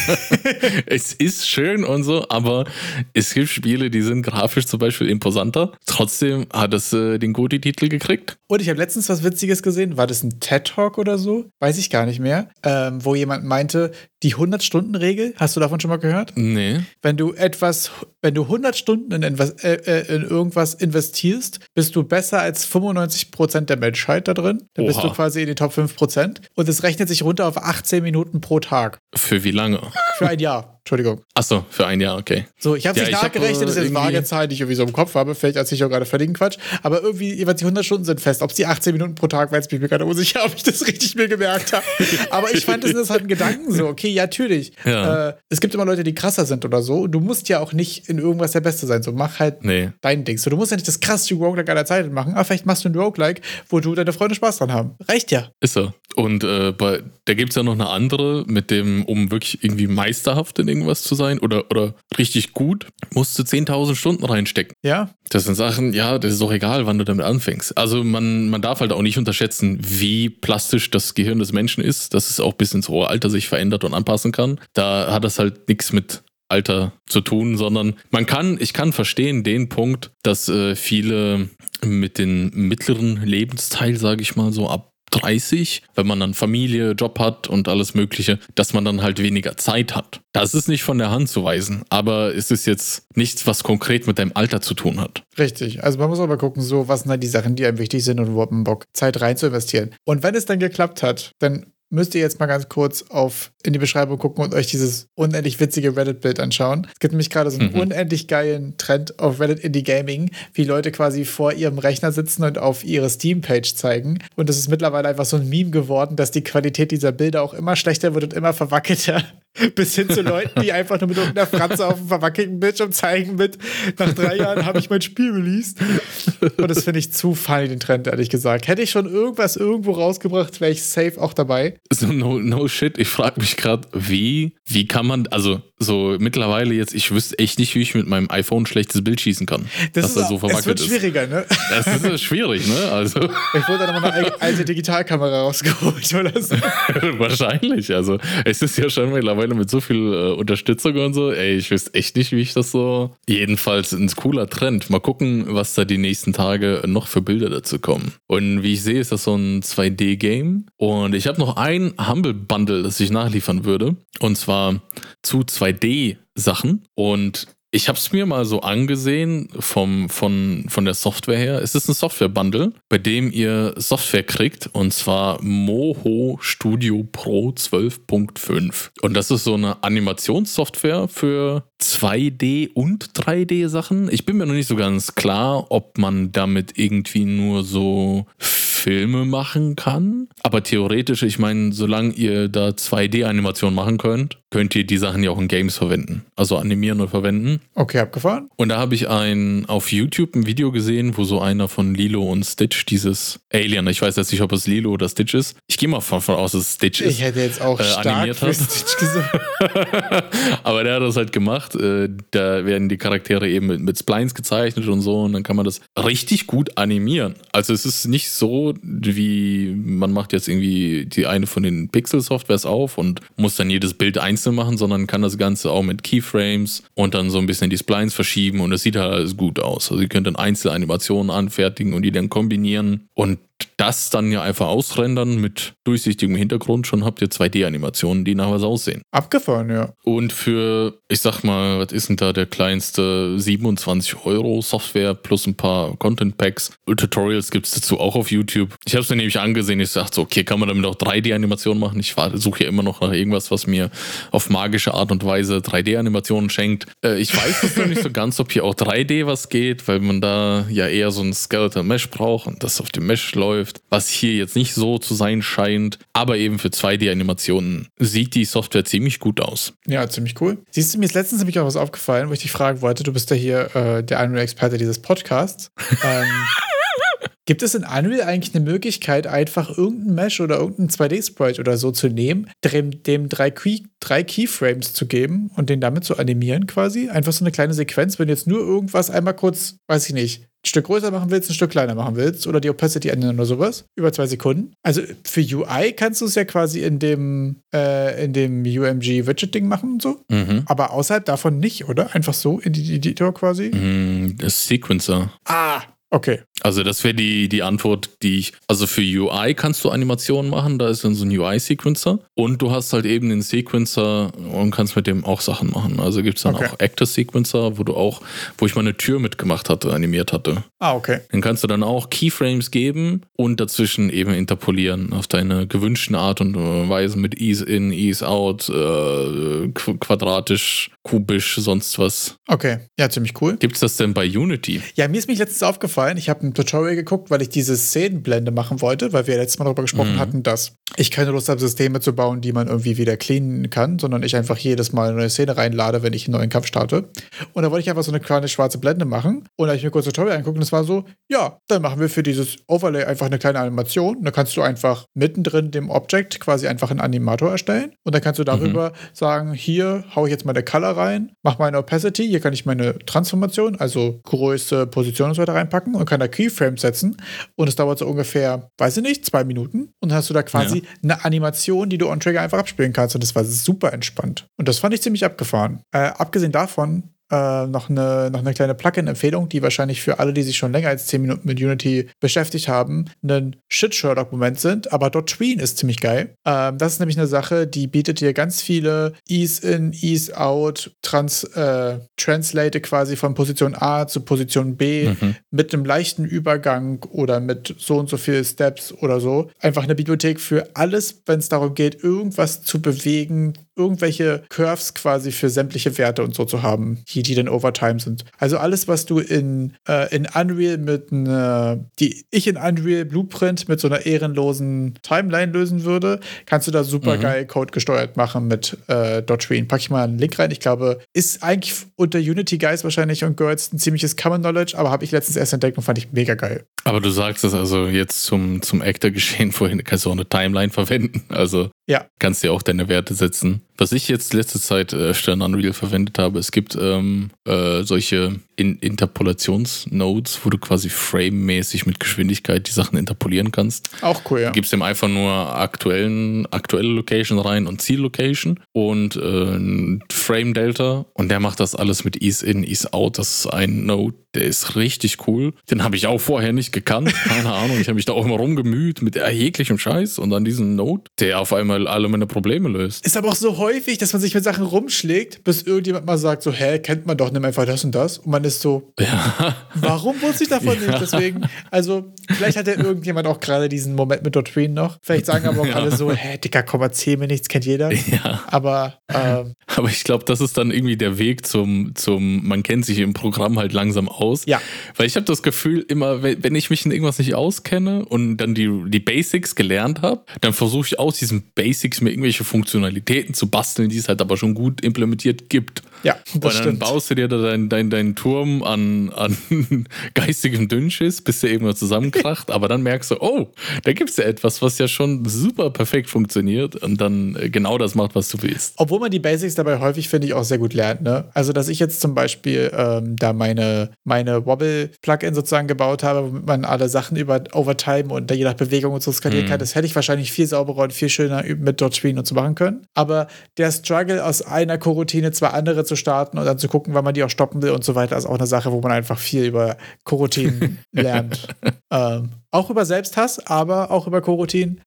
Es ist schön und so, aber es gibt Spiele, die sind grafisch zum Beispiel imposanter. Trotzdem hat es äh, den Goti-Titel gekriegt. Und ich habe letztens was Witziges gesehen. War das ein TED-Talk oder so? Weiß ich gar nicht mehr. Ähm, wo jemand meinte, die hundert-Stunden-Regel, hast du davon schon mal gehört? Nee. Wenn du etwas, wenn du hundert Stunden in, Inves- äh, in irgendwas investierst, bist du besser als fünfundneunzig Prozent der Menschheit da drin. Dann Oha. Bist du quasi in den Top fünf Prozent. Und es rechnet sich runter auf achtzehn Minuten pro Tag. Für wie lange? Für ein Jahr. Entschuldigung. Achso, für ein Jahr, okay. So, ich habe es ja, nicht nachgerechnet, das ist jetzt vage Zahl, die ich irgendwie so im Kopf habe. Vielleicht erzähle ich auch gerade völligen Quatsch. Aber irgendwie, jeweils die hundert Stunden sind fest. Ob es die achtzehn Minuten pro Tag war, jetzt bin ich mir gerade unsicher, ob ich das richtig mir gemerkt habe. Aber ich fand, das ist halt ein Gedanken so. Okay, ja, natürlich. Ja. Äh, es gibt immer Leute, die krasser sind oder so. Und du musst ja auch nicht in irgendwas der Beste sein. So, mach halt nee. dein Ding. So, du musst ja nicht das krasseste Roguelike aller Zeiten machen. Aber vielleicht machst du ein Roguelike, wo du deine Freunde Spaß dran haben. Reicht ja. Ist so. Und äh, bei, da gibt es ja noch eine andere, mit dem, um wirklich irgendwie meisterhaft in irgendwas zu sein oder, oder richtig gut, musst du zehntausend Stunden reinstecken. Ja. Das sind Sachen, ja, das ist auch egal, wann du damit anfängst. Also man, man darf halt auch nicht unterschätzen, wie plastisch das Gehirn des Menschen ist, dass es auch bis ins hohe Alter sich verändert und anpassen kann. Da hat das halt nichts mit Alter zu tun, sondern man kann, ich kann verstehen den Punkt, dass äh, viele mit dem mittleren Lebensteil, sage ich mal so, ab dreißig, wenn man dann Familie, Job hat und alles Mögliche, dass man dann halt weniger Zeit hat. Das ist nicht von der Hand zu weisen, aber es ist jetzt nichts, was konkret mit deinem Alter zu tun hat. Richtig, also man muss aber gucken, so, was sind halt die Sachen, die einem wichtig sind und wo hat man Bock, Zeit rein zu investieren. Und wenn es dann geklappt hat, dann müsst ihr jetzt mal ganz kurz auf in die Beschreibung gucken und euch dieses unendlich witzige Reddit-Bild anschauen. Es gibt nämlich gerade so einen mhm. unendlich geilen Trend auf Reddit Indie Gaming, wie Leute quasi vor ihrem Rechner sitzen und auf ihre Steam-Page zeigen. Und es ist mittlerweile einfach so ein Meme geworden, dass die Qualität dieser Bilder auch immer schlechter wird und immer verwackelter. Bis hin zu Leuten, die einfach nur mit irgendeiner Franze auf dem verwackelten Bildschirm zeigen mit, nach drei Jahren habe ich mein Spiel released. Und das finde ich zu funny, den Trend, ehrlich gesagt. Hätte ich schon irgendwas irgendwo rausgebracht, wäre ich safe auch dabei. So no, no shit, ich frage mich gerade, wie, wie kann man, also so mittlerweile jetzt, ich wüsste echt nicht, wie ich mit meinem iPhone ein schlechtes Bild schießen kann. Das ist, das so verwackelt es wird schwieriger, ne? Das ist schwierig, ne? Also. Ich wurde dann nochmal eine alte Digitalkamera rausgeholt oder so. Wahrscheinlich, also es ist ja schon mittlerweile mit so viel äh, Unterstützung und so, ey, ich wüsste echt nicht, wie ich das so, jedenfalls ein cooler Trend. Mal gucken, was da die nächsten Tage noch für Bilder dazu kommen. Und wie ich sehe, ist das so ein zwei D-Game und ich habe noch ein Humble Bundle, das ich nachliefern würde, und zwar zu zwei D-Sachen und ich habe es mir mal so angesehen vom, von, von der Software her. Es ist ein Software-Bundle, bei dem ihr Software kriegt, und zwar Moho Studio Pro zwölf Punkt fünf. Und das ist so eine Animationssoftware für zwei D- und drei D-Sachen. Ich bin mir noch nicht so ganz klar, ob man damit irgendwie nur so Filme machen kann. Aber theoretisch, ich meine, solange ihr da zwei D-Animationen machen könnt, könnt ihr die Sachen ja auch in Games verwenden. Also animieren und verwenden. Okay, abgefahren. Und da habe ich ein auf YouTube ein Video gesehen, wo so einer von Lilo und Stitch dieses Alien, ich weiß jetzt nicht, ob es Lilo oder Stitch ist. Ich gehe mal davon aus, dass es Stitch ist. Ich hätte jetzt auch äh, stark animiert für hat. Stitch gesagt. Aber der hat das halt gemacht. Äh, da werden die Charaktere eben mit, mit Splines gezeichnet und so und dann kann man das richtig gut animieren. Also es ist nicht so, wie man macht jetzt irgendwie die eine von den Pixel-Softwares auf und muss dann jedes Bild einzeln machen, sondern kann das Ganze auch mit Keyframes und dann so ein bisschen die Splines verschieben und es sieht halt alles gut aus. Also ihr könnt dann einzelne Animationen anfertigen und die dann kombinieren und das dann ja einfach ausrendern mit durchsichtigem Hintergrund. Schon habt ihr zwei D-Animationen, die nach was aussehen. Abgefahren, ja. Und für, ich sag mal, was ist denn da der kleinste siebenundzwanzig Euro Software plus ein paar Content Packs. Tutorials gibt es dazu auch auf YouTube. Ich habe es mir nämlich angesehen, ich dachte so, okay, kann man damit auch drei D-Animationen machen? Ich suche ja immer noch nach irgendwas, was mir auf magische Art und Weise drei D-Animationen schenkt. Äh, ich weiß jetzt noch nicht so ganz, ob hier auch drei D was geht, weil man da ja eher so ein Skeletal Mesh braucht und das auf dem Mesh läuft, was hier jetzt nicht so zu sein scheint, aber eben für zwei D-Animationen sieht die Software ziemlich gut aus. Ja, ziemlich cool. Siehst du, mir ist letztens nämlich auch was aufgefallen, wo ich dich fragen wollte, du bist ja hier äh, der Unreal-Experte dieses Podcasts. ähm, gibt es in Unreal eigentlich eine Möglichkeit, einfach irgendein Mesh oder irgendein zwei D-Sprite oder so zu nehmen, dem, dem drei, Key, drei Keyframes zu geben und den damit zu animieren quasi? Einfach so eine kleine Sequenz, wenn du jetzt nur irgendwas einmal kurz, weiß ich nicht, ein Stück größer machen willst, ein Stück kleiner machen willst oder die Opacity ändern oder sowas, über zwei Sekunden. Also für U I kannst du es ja quasi in dem, äh, in dem U M G-Widget-Ding machen und so, Mhm. aber außerhalb davon nicht, oder? Einfach so in die Editor quasi? Mm, Das Sequencer. Ah, okay. Also das wäre die, die Antwort, die ich, also für U I kannst du Animationen machen, da ist dann so ein U I-Sequencer und du hast halt eben den Sequencer und kannst mit dem auch Sachen machen. Also gibt es dann Okay. auch Actor-Sequencer, wo du auch, wo ich mal eine Tür mitgemacht hatte, animiert hatte. Ah, okay. Dann kannst du dann auch Keyframes geben und dazwischen eben interpolieren auf deine gewünschten Art und Weise mit Ease in, Ease out, äh, quadratisch, kubisch, sonst was. Okay. Ja, ziemlich cool. Gibt es das denn bei Unity? Ja, mir ist mich letztens aufgefallen, ich habe ein Tutorial geguckt, weil ich diese Szenenblende machen wollte, weil wir letztes Mal darüber gesprochen Mhm. hatten, dass ich keine Lust habe, Systeme zu bauen, die man irgendwie wieder cleanen kann, sondern ich einfach jedes Mal eine neue Szene reinlade, wenn ich einen neuen Kampf starte. Und da wollte ich einfach so eine kleine schwarze Blende machen und da habe ich mir kurz ein Tutorial angeguckt und es war so, ja, dann machen wir für dieses Overlay einfach eine kleine Animation. Und dann kannst du einfach mittendrin dem Object quasi einfach einen Animator erstellen und dann kannst du darüber sagen, hier hau ich jetzt meine Color rein, mach meine Opacity, hier kann ich meine Transformation, also Größe, Position und so weiter reinpacken und kann da Keyframes setzen und es dauert so ungefähr, weiß ich nicht, zwei Minuten und dann hast du da quasi Ja. eine Animation, die du on Trigger einfach abspielen kannst und das war super entspannt. Und das fand ich ziemlich abgefahren. Äh, abgesehen davon äh, noch, eine, noch eine kleine Plugin-Empfehlung, die wahrscheinlich für alle, die sich schon länger als zehn Minuten mit Unity beschäftigt haben, ein Shit-Sherlock-Moment sind, aber Dotween ist ziemlich geil. Ähm, das ist nämlich eine Sache, die bietet dir ganz viele Ease-In, Ease-Out, Trans, äh, Translate quasi von Position A zu Position B Mhm. mit einem leichten Übergang oder mit so und so viel Steps oder so. Einfach eine Bibliothek für alles, wenn es darum geht, irgendwas zu bewegen, irgendwelche Curves quasi für sämtliche Werte und so zu haben, die, die dann Overtime sind. Also alles, was du in, äh, in Unreal mit einer, die ich in Unreal Blueprint mit so einer ehrenlosen Timeline lösen würde, kannst du da super Mhm. geil Code gesteuert machen mit äh, Dotween. Pack ich mal einen Link rein. Ich glaube, ist eigentlich unter Unity Guys wahrscheinlich und Girls ein ziemliches Common Knowledge, aber habe ich letztens erst entdeckt und fand ich mega geil. Aber du sagst es also jetzt zum, zum Actor-Geschehen vorhin, kannst du auch eine Timeline verwenden. Also Ja. kannst dir auch deine Werte setzen. Was ich jetzt letzte Zeit äh, öfter in Unreal verwendet habe, es gibt ähm, äh, solche in Interpolations-Nodes, wo du quasi framemäßig mit Geschwindigkeit die Sachen interpolieren kannst. Auch cool, ja. Du gibst ihm einfach nur aktuellen, aktuelle Location rein und Ziellocation und äh, ein Frame-Delta und der macht das alles mit Ease-In, Ease-Out. Das ist ein Node, der ist richtig cool. Den habe ich auch vorher nicht gekannt. Keine Ahnung, ich habe mich da auch immer rumgemüht mit erheblichem Scheiß und dann diesen Node, der auf einmal alle meine Probleme löst. Ist aber auch so häufig, dass man sich mit Sachen rumschlägt, bis irgendjemand mal sagt so, hä, kennt man doch, nimm einfach das und das. Und man ist so, Ja. warum wusste ich davon Ja. nicht? Deswegen, also, vielleicht hat ja irgendjemand auch gerade diesen Moment mit Dotween noch. Vielleicht sagen aber auch Ja. alle so, hä, Dicker, komm, erzähl mir nichts, kennt jeder. Ja. Aber, ähm, Aber ich glaube, das ist dann irgendwie der Weg zum, zum, man kennt sich im Programm halt langsam aus. Ja. Weil ich habe das Gefühl, immer, wenn wenn ich mich in irgendwas nicht auskenne und dann die, die Basics gelernt habe, dann versuche ich aus diesen Basics mir irgendwelche Funktionalitäten zu basteln, die es halt aber schon gut implementiert gibt. Ja, das Und dann stimmt. baust du dir da deinen dein, dein Turm an, an geistigem Dünnschiss, bis der irgendwann zusammenkracht. Aber dann merkst du, oh, da gibt es ja etwas, was ja schon super perfekt funktioniert und dann genau das macht, was du willst. Obwohl man die Basics dabei häufig, finde ich, auch sehr gut lernt. Ne? Also, dass ich jetzt zum Beispiel ähm, da meine, meine Wobble-Plugin sozusagen gebaut habe, womit man alle Sachen über Overtime und je nach Bewegung und so skalieren Mhm. kann, das hätte ich wahrscheinlich viel sauberer und viel schöner mit Dodge und so machen können. Aber der Struggle aus einer Coroutine zwei andere zu starten und dann zu gucken, wann man die auch stoppen will und so weiter, ist auch eine Sache, wo man einfach viel über Coroutinen lernt. ähm, auch über Selbsthass, aber auch über Coroutinen.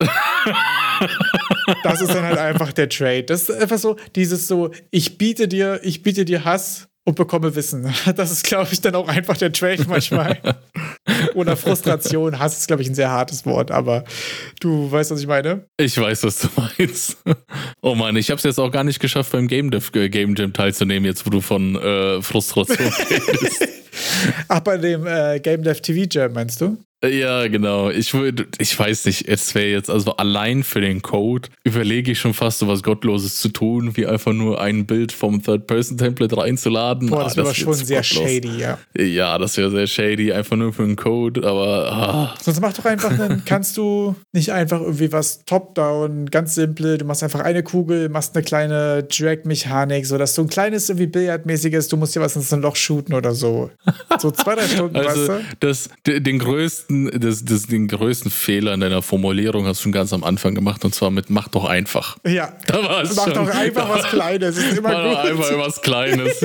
Das ist dann halt einfach der Trade. Das ist einfach so, dieses so, ich biete dir, ich biete dir Hass und bekomme Wissen. Das ist, glaube ich, dann auch einfach der Trade manchmal. Oder Frustration. Hass ist, glaube ich, ein sehr hartes Wort, aber du weißt, was ich meine? Ich weiß, was du meinst. Oh Mann, ich habe es jetzt auch gar nicht geschafft, beim Game Dev äh, Game Jam teilzunehmen, jetzt wo du von äh, Frustration redest. Ach, bei dem äh, Game Dev T V Jam meinst du? Ja, genau. Ich würde, ich weiß nicht, es wäre jetzt, also allein für den Code überlege ich schon fast so was Gottloses zu tun, wie einfach nur ein Bild vom Third-Person-Template reinzuladen. Boah, das ah, wäre das schon sehr gottlos. shady, ja. Ja, das wäre sehr shady, einfach nur für den Code, aber ah. Sonst mach doch einfach einen, kannst du nicht einfach irgendwie was top-down, ganz simpel, du machst einfach eine Kugel, machst eine kleine Drag-Mechanik, so dass du ein kleines, irgendwie Billardmäßiges, du musst dir was ins Loch shooten oder so. So zwei, drei Stunden, Also, weißt du? das, den größten Das, das, den größten Fehler in deiner Formulierung hast du schon ganz am Anfang gemacht und zwar mit mach doch einfach. Ja, Da war es mach schon. doch einfach was Kleines, ist immer Mach doch gut. einfach was Kleines.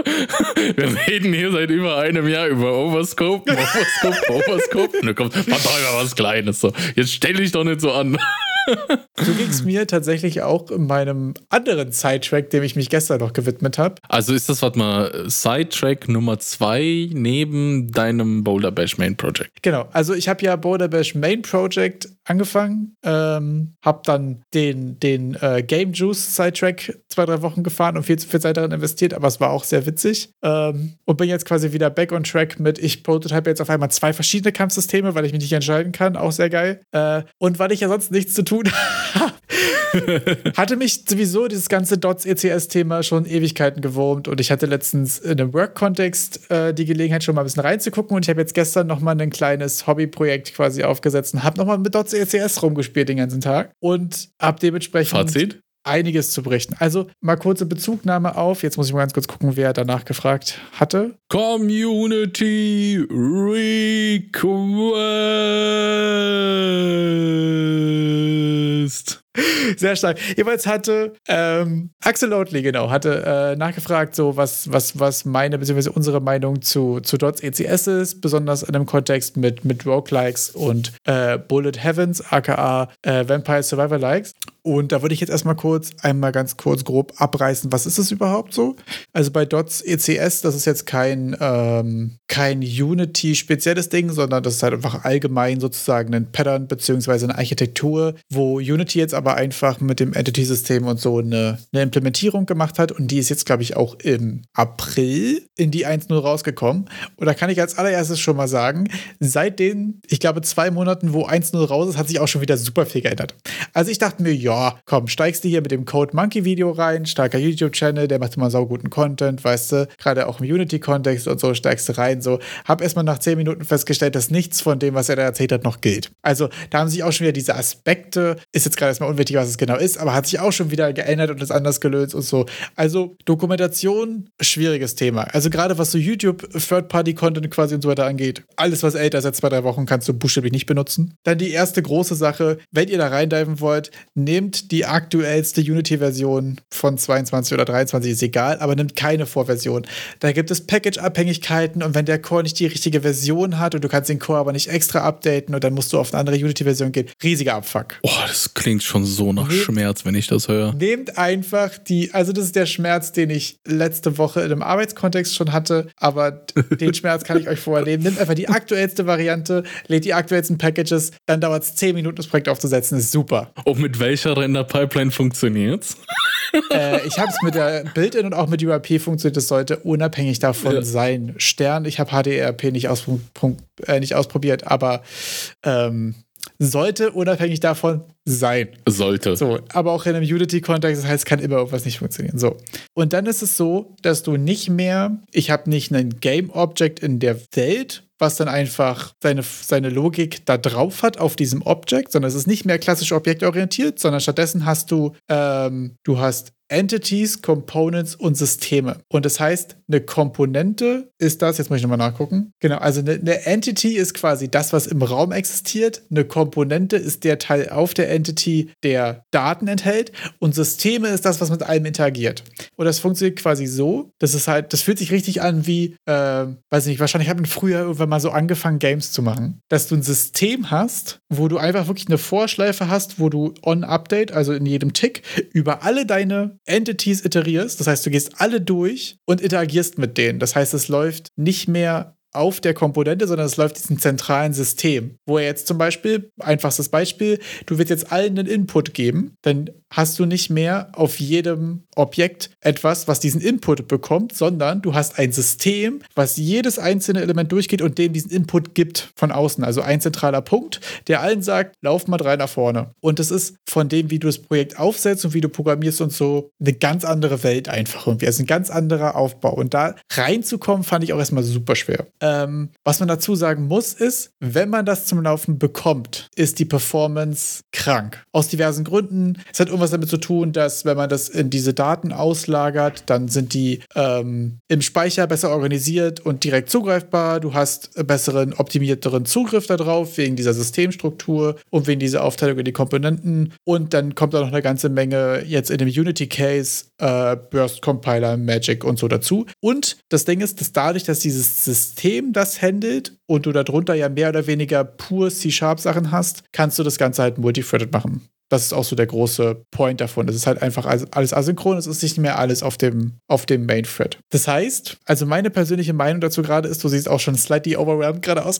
Wir reden hier seit über einem Jahr über Overscope, Overscope, Overscope. Und dann kommt, mach doch einfach was Kleines. So, jetzt stell dich doch nicht so an. So ging es mir tatsächlich auch in meinem anderen Sidetrack, dem ich mich gestern noch gewidmet habe. Also ist das, warte mal, Sidetrack Nummer zwei neben deinem Boulder Bash Main Project? Genau, also ich habe ja Boulder Bash Main Project angefangen, ähm, habe dann den, den äh, Game Juice Sidetrack zwei, drei Wochen gefahren und viel zu viel Zeit darin investiert, aber es war auch sehr witzig. Ähm, und bin jetzt quasi wieder back on track mit, ich prototype jetzt auf einmal zwei verschiedene Kampfsysteme, weil ich mich nicht entscheiden kann, auch sehr geil. Äh, und weil ich ja sonst nichts zu tun habe, hatte mich sowieso dieses ganze Dots-E C S-Thema schon Ewigkeiten gewurmt und ich hatte letztens in einem Work-Kontext äh, die Gelegenheit, schon mal ein bisschen reinzugucken und ich habe jetzt gestern noch mal ein kleines Hobbyprojekt quasi aufgesetzt und habe noch mal mit Dots-E C S rumgespielt den ganzen Tag und habe dementsprechend Fazit? einiges zu berichten. Also mal kurze Bezugnahme auf, jetzt muss ich mal ganz kurz gucken, wer danach gefragt hatte. Community Request. Sehr stark. Jeweils hatte ähm, Axel Loadley, genau, hatte äh, nachgefragt, so was, was, was meine bzw. unsere Meinung zu, zu Dots-E C S ist, besonders in einem Kontext mit, mit Roguelikes und äh, Bullet Heavens, aka äh, Vampire Survivor Likes. Und da würde ich jetzt erstmal kurz, einmal ganz kurz grob abreißen, was ist es überhaupt so? Also bei Dots-E C S, das ist jetzt kein, ähm, kein Unity-spezielles Ding, sondern das ist halt einfach allgemein sozusagen ein Pattern bzw. eine Architektur, wo Unity jetzt aber einfach mit dem Entity-System und so eine, eine Implementierung gemacht hat und die ist jetzt, glaube ich, auch im April in die eins Punkt null rausgekommen. Und da kann ich als allererstes schon mal sagen, seit den, ich glaube, zwei Monaten, wo eins Punkt null raus ist, hat sich auch schon wieder super viel geändert. Also ich dachte mir, ja, komm, steigst du hier mit dem Code Monkey Video rein, starker YouTube-Channel, der macht immer sauguten Content, weißt du, gerade auch im Unity-Kontext und so, steigst du rein, so. Hab erstmal nach zehn Minuten festgestellt, dass nichts von dem, was er da erzählt hat, noch gilt. Also da haben sich auch schon wieder diese Aspekte, ist jetzt gerade erstmal unwichtig, was es genau ist, aber hat sich auch schon wieder geändert und ist anders gelöst und so. Also Dokumentation, schwieriges Thema. Also gerade was so YouTube, Third-Party-Content quasi und so weiter angeht, alles, was älter ist als zwei, drei Wochen, kannst du buchstäblich nicht benutzen. Dann die erste große Sache, wenn ihr da reindiven wollt, nehmt die aktuellste Unity-Version von zweiundzwanzig oder dreiundzwanzig, ist egal, aber nehmt keine Vorversion. Da gibt es Package-Abhängigkeiten und wenn der Core nicht die richtige Version hat und du kannst den Core aber nicht extra updaten und dann musst du auf eine andere Unity-Version gehen, riesiger Abfuck. Oh, das klingt schon so nach Nehmt, Schmerz, wenn ich das höre. Nehmt einfach die, also das ist der Schmerz, den ich letzte Woche in einem Arbeitskontext schon hatte, aber den Schmerz kann ich euch vorher nehmen. Nehmt einfach die aktuellste Variante, lädt die aktuellsten Packages, dann dauert es zehn Minuten, das Projekt aufzusetzen, ist super. Und mit welcher Render-Pipeline funktioniert's? äh, ich habe es mit der Build-In und auch mit U R P funktioniert, das sollte unabhängig davon ja. sein. Stern, ich habe H D R P nicht, auspro- äh, nicht ausprobiert, aber ähm, sollte unabhängig davon sein. Sollte. So, aber auch in einem Unity-Kontext, das heißt, kann immer irgendwas nicht funktionieren. So. Und dann ist es so, dass du nicht mehr, ich habe nicht ein Game-Object in der Welt, was dann einfach seine, seine Logik da drauf hat auf diesem Object, sondern es ist nicht mehr klassisch objektorientiert, sondern stattdessen hast du, ähm, du hast Entities, Components und Systeme. Und das heißt, eine Komponente ist das, jetzt muss ich nochmal nachgucken. Genau, also eine, eine Entity ist quasi das, was im Raum existiert. Eine Komponente ist der Teil auf der Entity, der Daten enthält. Und Systeme ist das, was mit allem interagiert. Und das funktioniert quasi so, das ist halt, das fühlt sich richtig an wie, äh, weiß ich nicht, wahrscheinlich hat man früher irgendwann mal so angefangen, Games zu machen. Dass du ein System hast, wo du einfach wirklich eine Vorschleife hast, wo du on-update, also in jedem Tick, über alle deine Entities iterierst. Das heißt, du gehst alle durch und interagierst mit denen. Das heißt, es läuft nicht mehr auf der Komponente, sondern es läuft diesem zentralen System. Wo er jetzt zum Beispiel, einfachstes Beispiel, du willst jetzt allen einen Input geben, dann hast du nicht mehr auf jedem Objekt etwas, was diesen Input bekommt, sondern du hast ein System, was jedes einzelne Element durchgeht und dem diesen Input gibt von außen. Also ein zentraler Punkt, der allen sagt, lauf mal drei nach vorne. Und das ist von dem, wie du das Projekt aufsetzt und wie du programmierst und so, eine ganz andere Welt einfach irgendwie. Also ein ganz anderer Aufbau. Und da reinzukommen, fand ich auch erstmal super schwer. Ähm, was man dazu sagen muss, ist, wenn man das zum Laufen bekommt, ist die Performance krank. Aus diversen Gründen. Es hat irgendwas damit zu tun, dass wenn man das in diese Daten auslagert, dann sind die ähm, im Speicher besser organisiert und direkt zugreifbar. Du hast besseren, optimierteren Zugriff darauf, wegen dieser Systemstruktur und wegen dieser Aufteilung in die Komponenten. Und dann kommt da noch eine ganze Menge jetzt in dem Unity-Case äh, Burst Compiler, Magic und so dazu. Und das Ding ist, dass dadurch, dass dieses System das handelt und du darunter ja mehr oder weniger pur C-Sharp-Sachen hast, kannst du das Ganze halt multithreaded machen. Das ist auch so der große Point davon. Es ist halt einfach alles asynchron, es ist nicht mehr alles auf dem, auf dem Main-Thread. Das heißt, also meine persönliche Meinung dazu gerade ist, du siehst auch schon slightly overwhelmed gerade aus,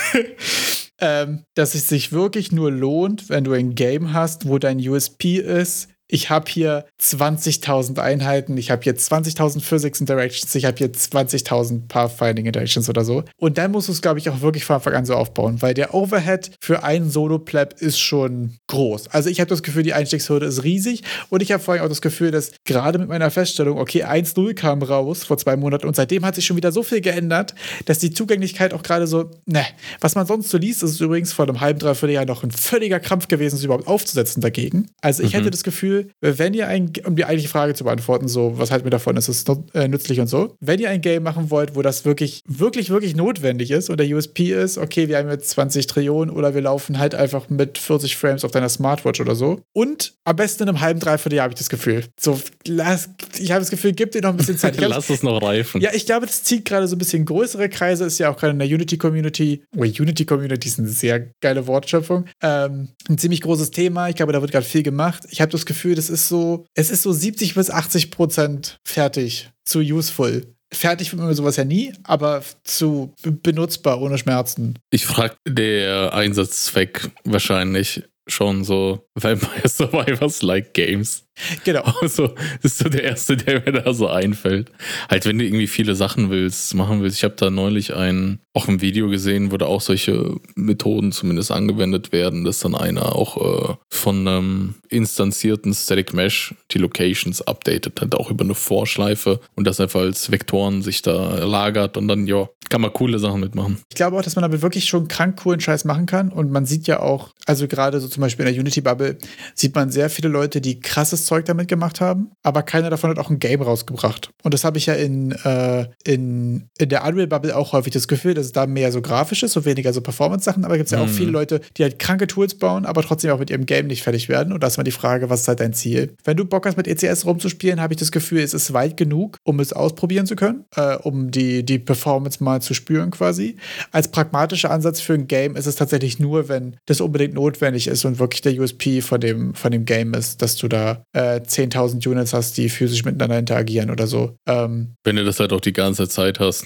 ähm, dass es sich wirklich nur lohnt, wenn du ein Game hast, wo dein U S P ist, ich habe hier zwanzigtausend Einheiten, ich habe hier zwanzigtausend Physics Interactions, ich habe hier zwanzigtausend Pathfinding Interactions oder so. Und dann musst du es, glaube ich, auch wirklich von Anfang an so aufbauen, weil der Overhead für einen Solo-Pleb ist schon groß. Also ich habe das Gefühl, die Einstiegshürde ist riesig und ich habe vor allem auch das Gefühl, dass gerade mit meiner Feststellung, okay, eins null kam raus vor zwei Monaten und seitdem hat sich schon wieder so viel geändert, dass die Zugänglichkeit auch gerade so, ne, was man sonst so liest, ist übrigens vor einem halben, dreiviertel Jahr noch ein völliger Krampf gewesen, es überhaupt aufzusetzen dagegen. Also ich mhm. hätte das Gefühl, wenn ihr ein, um die eigentliche Frage zu beantworten, so, was halten wir davon, ist es äh, nützlich und so, wenn ihr ein Game machen wollt, wo das wirklich, wirklich, wirklich notwendig ist und der U S P ist, okay, wir haben jetzt zwanzig Trillionen oder wir laufen halt einfach mit vierzig Frames auf deiner Smartwatch oder so und am besten in einem halben, dreiviertel Jahr habe ich das Gefühl. So, lass, ich habe das Gefühl, gib dir noch ein bisschen Zeit. Lass es noch reifen. Ja, ich glaube, das zieht gerade so ein bisschen größere Kreise, ist ja auch gerade in der Unity-Community, oh, Unity-Community ist eine sehr geile Wortschöpfung, ähm, ein ziemlich großes Thema, ich glaube, da wird gerade viel gemacht. Ich habe das Gefühl, das ist so, es ist so siebzig bis achtzig Prozent fertig zu useful. Fertig wird man sowas ja nie, aber zu benutzbar, ohne Schmerzen. Ich frage der Einsatzzweck wahrscheinlich schon so Vampire Survivors like Games. Genau. Also, das ist so der erste, der mir da so einfällt. Halt, wenn du irgendwie viele Sachen willst, machen willst. Ich habe da neulich ein, auch ein Video gesehen, wo da auch solche Methoden zumindest angewendet werden, dass dann einer auch äh, von einem instanzierten Static Mesh die Locations updatet hat, auch über eine Vorschleife und das einfach als Vektoren sich da lagert und dann, ja, kann man coole Sachen mitmachen. Ich glaube auch, dass man damit wirklich schon krank coolen Scheiß machen kann und man sieht ja auch, also gerade so zum Beispiel in der Unity-Bubble sieht man sehr viele Leute, die krasses Zeug damit gemacht haben, aber keiner davon hat auch ein Game rausgebracht. Und das habe ich ja in, äh, in, in der Unreal-Bubble auch häufig das Gefühl, dass es da mehr so grafisch ist und weniger so Performance-Sachen, aber gibt es ja auch mhm. viele Leute, die halt kranke Tools bauen, aber trotzdem auch mit ihrem Game nicht fertig werden. Und da ist mal die Frage, was ist halt dein Ziel? Wenn du Bock hast, mit E C S rumzuspielen, habe ich das Gefühl, es ist weit genug, um es ausprobieren zu können, äh, um die, die Performance mal zu spüren quasi. Als pragmatischer Ansatz für ein Game ist es tatsächlich nur, wenn das unbedingt notwendig ist und wirklich der U S P von dem, von dem Game ist, dass du da äh, zehntausend Units hast, die physisch miteinander interagieren oder so. Ähm, Wenn du das halt auch die ganze Zeit hast, ne?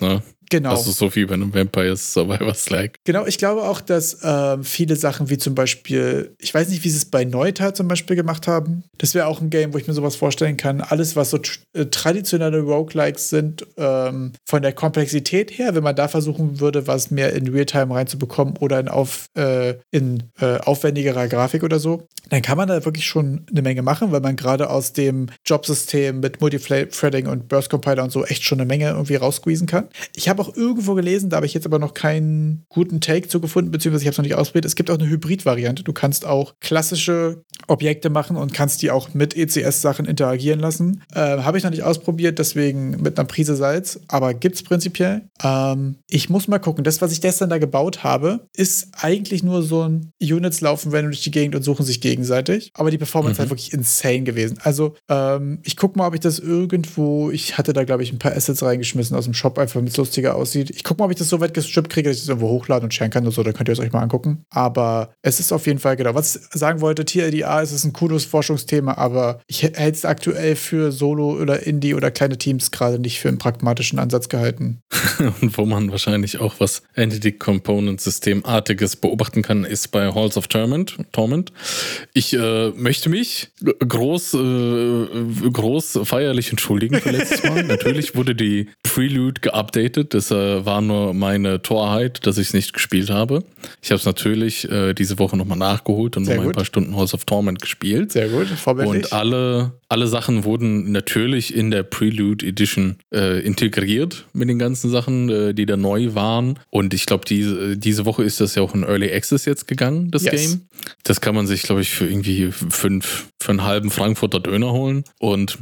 Genau. Das ist so wie bei einem Vampire Survivors like. Genau, ich glaube auch, dass ähm, viele Sachen wie zum Beispiel, ich weiß nicht, wie sie es bei Neuta zum Beispiel gemacht haben. Das wäre auch ein Game, wo ich mir sowas vorstellen kann. Alles, was so äh, traditionelle Roguelikes sind, ähm, von der Komplexität her, wenn man da versuchen würde, was mehr in Realtime reinzubekommen oder in, auf, äh, in äh, aufwendigerer Grafik oder so, dann kann man da wirklich schon eine Menge machen, weil man gerade aus dem Jobsystem mit Multithreading und Burst Compiler und so echt schon eine Menge irgendwie raussqueezen kann. Ich habe auch irgendwo gelesen, da habe ich jetzt aber noch keinen guten Take zu gefunden, beziehungsweise ich habe es noch nicht ausprobiert. Es gibt auch eine Hybrid-Variante. Du kannst auch klassische Objekte machen und kannst die auch mit E C S-Sachen interagieren lassen. Äh, habe ich noch nicht ausprobiert, deswegen mit einer Prise Salz, aber gibt's prinzipiell. Ähm, ich muss mal gucken. Das, was ich gestern da gebaut habe, ist eigentlich nur so ein Units laufen werden durch die Gegend und suchen sich gegenseitig. Aber die Performance mhm. halt wirklich insane gewesen. Also, ähm, ich guck mal, ob ich das irgendwo, ich hatte da, glaube ich, ein paar Assets reingeschmissen aus dem Shop, einfach damit es lustiger aussieht. Ich guck mal, ob ich das so weit gestrippt kriege, dass ich das irgendwo hochladen und sharen kann oder so, dann könnt ihr es euch mal angucken. Aber es ist auf jeden Fall, genau, was ich sagen wollte, T L D A, es ist ein cooles Forschungsthema, aber ich hätte es aktuell für Solo oder Indie oder kleine Teams gerade nicht für einen pragmatischen Ansatz gehalten. Und wo man wahrscheinlich auch was Entity Component Systemartiges beobachten kann, ist bei Halls of Torment. Torment. Ich äh, möchte mich groß, äh, groß feierlich entschuldigen für letztes Mal. Natürlich wurde die Prelude geupdatet. Das äh, war nur meine Torheit, dass ich es nicht gespielt habe. Ich habe es natürlich äh, diese Woche nochmal nachgeholt und nochmal ein paar Stunden Halls of Torment gespielt. Sehr gut, vorbildlich. Und alle, alle Sachen wurden natürlich in der Prelude Edition äh, integriert mit den ganzen Sachen, äh, die da neu waren. Und ich glaube, diese, diese Woche ist das ja auch in Early Access jetzt gegangen, das yes. Game. Das kann man sich, glaube ich, für irgendwie fünf, für einen halben Frankfurter Döner holen. Und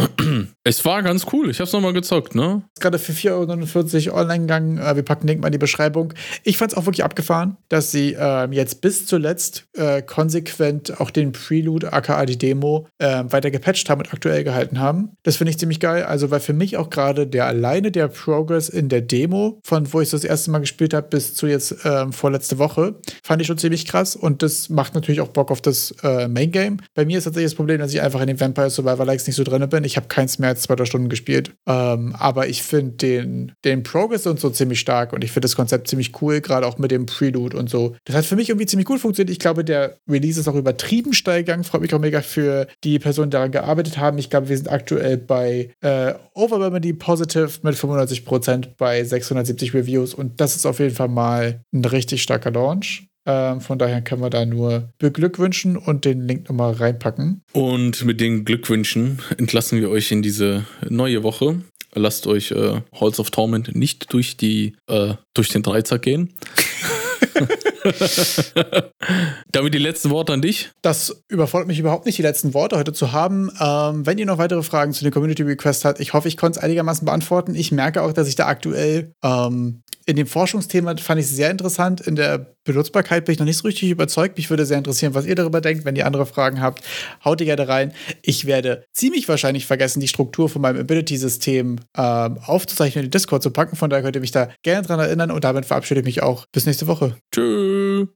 es war ganz cool. Ich habe es nochmal gezockt, ne? Gerade für vier Euro neunundvierzig online gegangen. Äh, wir packen den Link mal in die Beschreibung. Ich fand es auch wirklich abgefahren, dass sie äh, jetzt bis zuletzt äh, konsequent auch den Prelude, aka die Demo, äh, weiter gepatcht haben und aktuell gehalten haben. Das finde ich ziemlich geil. Also, weil für mich auch gerade der alleine der Progress in der Demo, von wo ich das erste Mal gespielt habe, bis zu jetzt äh, vorletzte Woche, fand ich schon ziemlich krass. Und das macht natürlich auch Bock auf das äh, Main Game. Bei mir ist tatsächlich das Problem, dass ich einfach in den Vampire Survivor Likes nicht so drin bin. Ich habe keins mehr als zwei, drei Stunden gespielt. Ähm, aber ich finde den, den Progress und so ziemlich stark und ich finde das Konzept ziemlich cool, gerade auch mit dem Prelude und so. Das hat für mich irgendwie ziemlich gut funktioniert. Ich glaube, der Release ist auch übertrieben steil gegangen. Freut mich auch mega für die Personen, die daran gearbeitet haben. Ich glaube, wir sind aktuell bei äh, Overwhelmingly Positive mit fünfundneunzig Prozent bei sechshundertsiebzig Reviews und das ist auf jeden Fall mal ein richtig starker Launch. Ähm, von daher können wir da nur beglückwünschen und den Link nochmal reinpacken. Und mit den Glückwünschen entlassen wir euch in diese neue Woche. Lasst euch äh, Halls of Torment nicht durch die äh, durch den Dreizack gehen. Damit die letzten Worte an dich. Das überfordert mich überhaupt nicht, die letzten Worte heute zu haben. Ähm, wenn ihr noch weitere Fragen zu den Community Requests habt, ich hoffe, ich konnte es einigermaßen beantworten. Ich merke auch, dass ich da aktuell ähm, in dem Forschungsthema fand ich es sehr interessant. In der Benutzbarkeit bin ich noch nicht so richtig überzeugt. Mich würde sehr interessieren, was ihr darüber denkt. Wenn ihr andere Fragen habt, haut die gerne rein. Ich werde ziemlich wahrscheinlich vergessen, die Struktur von meinem Ability-System ähm, aufzuzeichnen, in den Discord zu packen. Von daher könnt ihr mich da gerne dran erinnern. Und damit verabschiede ich mich auch. Bis nächste Woche. Tschüss.